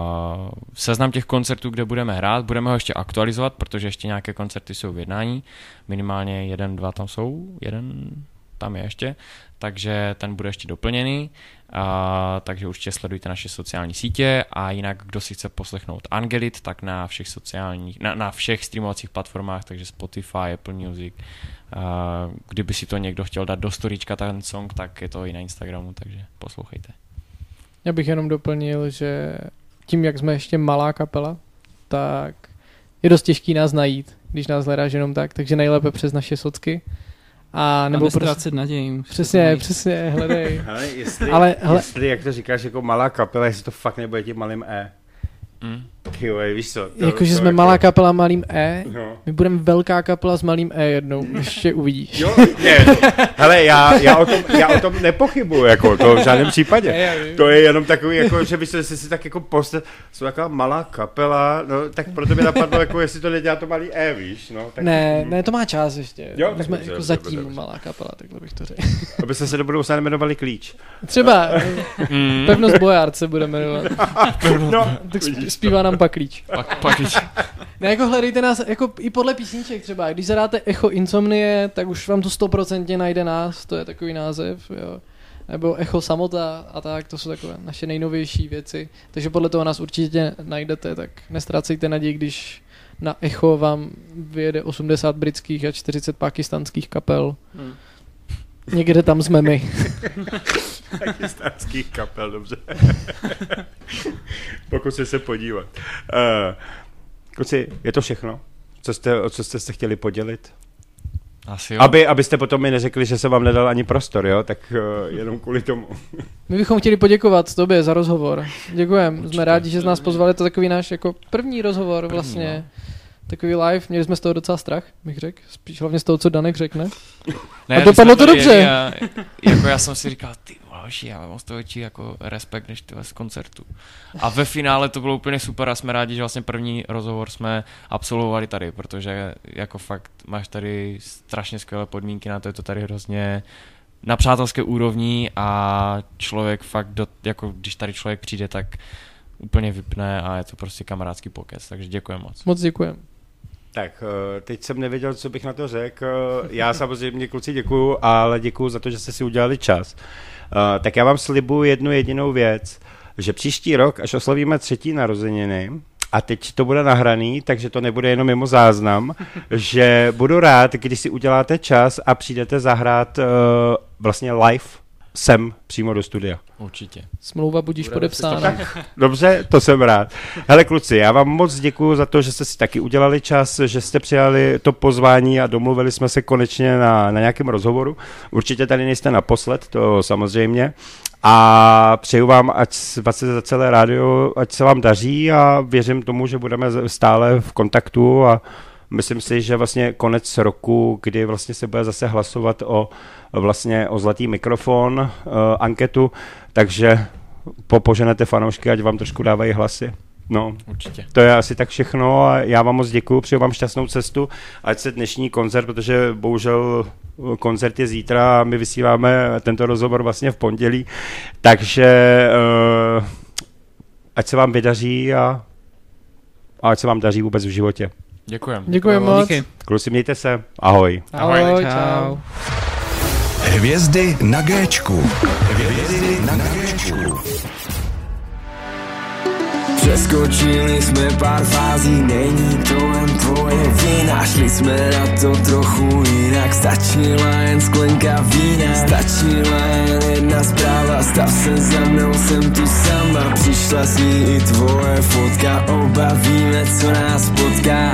seznam těch koncertů, kde budeme hrát, budeme ho ještě aktualizovat, protože ještě nějaké koncerty jsou v jednání, minimálně 1, 2 tam jsou, 1 tam je ještě, takže ten bude ještě doplněný, takže určitě sledujte naše sociální sítě a jinak, kdo si chce poslechnout Angelit, tak na všech na všech streamovacích platformách, takže Spotify, Apple Music, kdyby si to někdo chtěl dát do storyčka ten song, tak je to i na Instagramu, takže poslouchejte. Já bych jenom doplnil, že tím, jak jsme ještě malá kapela, tak je dost těžký nás najít, když nás hledáš jenom tak, takže nejlépe přes naše socky. A nebo ztrácet naději. Přesně, hledej. Jestli, jak to říkáš, jako malá kapela, jestli to fakt nebude tím malým E. Tyjo, víš co? Jakože jsme malá kapela malým E, my budeme velká kapela s malým E jednou, ještě uvidíš. Jo, ne, hele, já o tom nepochybuju, jako to v žádném případě. To je jenom takový, jako, že byste si tak jako jsou taková malá kapela, no, tak proto by napadlo, jako, jestli to nedělá to malý E, víš, no. Tak, ne, to má čas ještě. Jo, my jsme jako zatím malá kapela, takhle bych to řekl. Abyste se do budoucna jmenovali Klíč. Třeba, Pevnost Bojárd se bude jmenovat. No, tak zpívá nám Paklíč. Paklíč. Ne, jako hledejte nás, jako i podle písniček třeba, když zadáte Echo Insomnie, tak už vám to 100% najde nás, to je takový název, jo. Nebo Echo Samota a tak, to jsou takové naše nejnovější věci, takže podle toho nás určitě najdete, tak nestrácejte naději, když na Echo vám vyjede 80 britských a 40 pakistánských kapel. Někde tam jsme my. Pakistánských kapel, dobře. Pokusím se podívat. Kluci, je to všechno? O co jste se chtěli podělit? Asi jo. Abyste potom mi neřekli, že se vám nedal ani prostor, jo? Tak jenom kvůli tomu. My bychom chtěli poděkovat tobě za rozhovor. Děkujeme. Jsme rádi, že z nás pozvali. To takový náš jako první rozhovor vlastně. Takový live, měli jsme z toho docela strach, bych řekl, spíš hlavně z toho, co Danek řekne. Ne, a dopadlo to dobře. Jako já jsem si říkal, ty hoši, já mám z toho větší jako respekt než ty z koncertu. A ve finále to bylo úplně super a jsme rádi, že vlastně první rozhovor jsme absolvovali tady, protože jako fakt máš tady strašně skvělé podmínky na to, je to tady hrozně na přátelské úrovni a člověk fakt, jako když tady člověk přijde, tak úplně vypne a je to prostě kamarádský pokec, takže děkujem moc. Moc děkujem. Tak, teď jsem nevěděl, co bych na to řekl. Já samozřejmě, kluci, děkuju, ale děkuju za to, že jste si udělali čas. Tak já vám slibuju jednu jedinou věc, že příští rok, až oslavíme 3. narozeniny, a teď to bude nahraný, takže to nebude jenom mimo záznam, že budu rád, když si uděláte čas a přijdete zahrát vlastně live sem přímo do studia. Určitě. Smlouva budíš podepsána. Dobře, to jsem rád. Hele kluci, já vám moc děkuju za to, že jste si taky udělali čas, že jste přijali to pozvání a domluvili jsme se konečně na nějakém rozhovoru. Určitě tady nejste naposled, to samozřejmě. A přeju vám, ať za celé rádio, ať se vám daří a věřím tomu, že budeme stále v kontaktu a myslím si, že vlastně konec roku, kdy vlastně se bude zase hlasovat o zlatý mikrofon, anketu, takže poženete fanoušky, ať vám trošku dávají hlasy. No, určitě. To je asi tak všechno a já vám moc děkuju, přeju vám šťastnou cestu, ať se dnešní koncert, protože bohužel koncert je zítra a my vysíláme tento rozhovor vlastně v pondělí, takže ať se vám vydaří a ať se vám daří vůbec v životě. Děkujeme moc. Díky. Kluci, mějte se. Ahoj. Ahoj, čau. Hvězdy na Géčku. Hvězdy na Géčku. Přeskočili jsme pár fází, není to jen tvoje vina. Šli jsme na to trochu jinak, stačila jen sklenka vína. Stačila jen jedna zpráva, stav se za mnou, jsem tu sama. Přišla s ní i tvoje fotka, oba víme, co nás potká.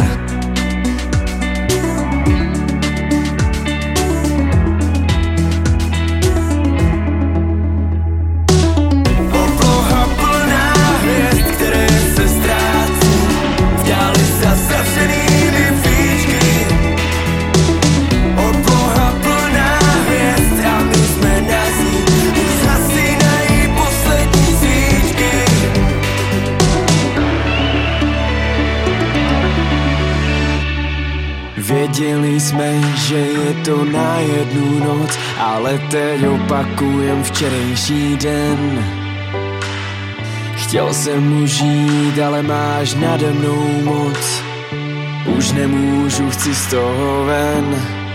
Věděli jsme, že je to na jednu noc, ale teď opakujem včerejší den. Chtěl jsem už jít, ale máš nade mnou moc. Už nemůžu, chci z toho ven.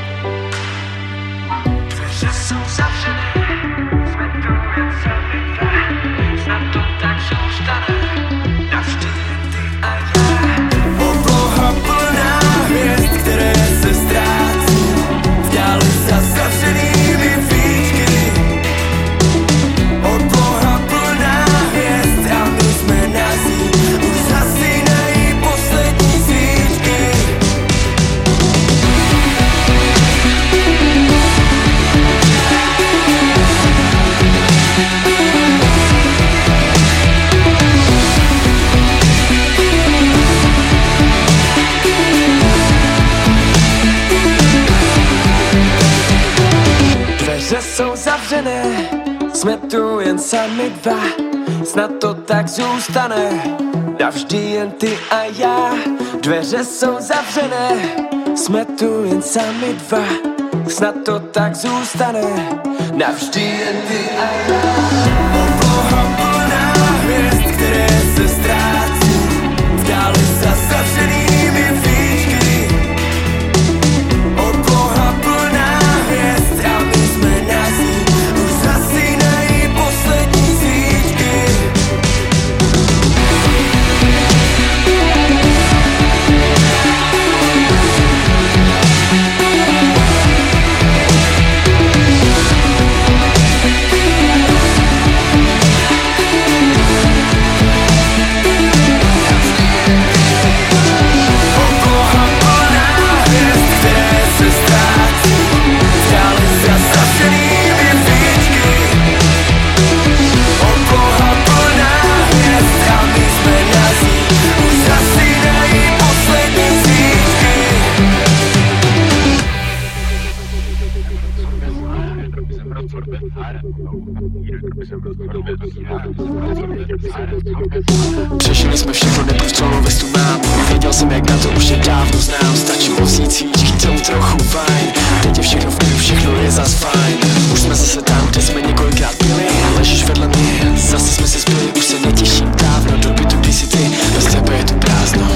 Dveře jsou zavřené, jsme tu jen sami dva. Snad to tak zůstane, navždy jen ty a já. Obloha plná hvězd, které se ztrácí, vdáli za zavřenými víčky. Obloha plná hvězd a my jsme nazí, už zasínají poslední svíčky. Dveře jsou zavřené, jsme tu jen sami dva. Snad to tak zůstane, navždy jen ty a já. Dveře jsou zavřené, jsme tu jen sami dva. Snad to tak zůstane, navždy jen ty a já. Obloha plná hvězd, které se ztrácí, vdáli za zavřenými víčky. Obloha plná hvězd a my jsme nazí, už zasínají poslední svíčky. Obloha plná hvězd, které se ztrácí, vdáli za zavřenými víčky. Obloha plná hvězd a my jsme nazí, už zasínají poslední svíčky. Přežili jsme všechno, neprůstřelnou vestu mám. Věděl jsem, jak na to už je dávno znám. Stačilo vzít svíčky, tomu trochu fajn. Teď je všechno v klidu, všechno je zas fajn. Už jsme zase tam, kde jsme několikrát byli. Ležíš vedle mě, zase jsme se spili. Už se netěším dávno do bytu, když si ty. Bez tebe je tu prázdno.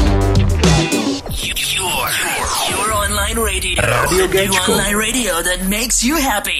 Your online radio. Radio Géčko. Your online radio that makes you happy.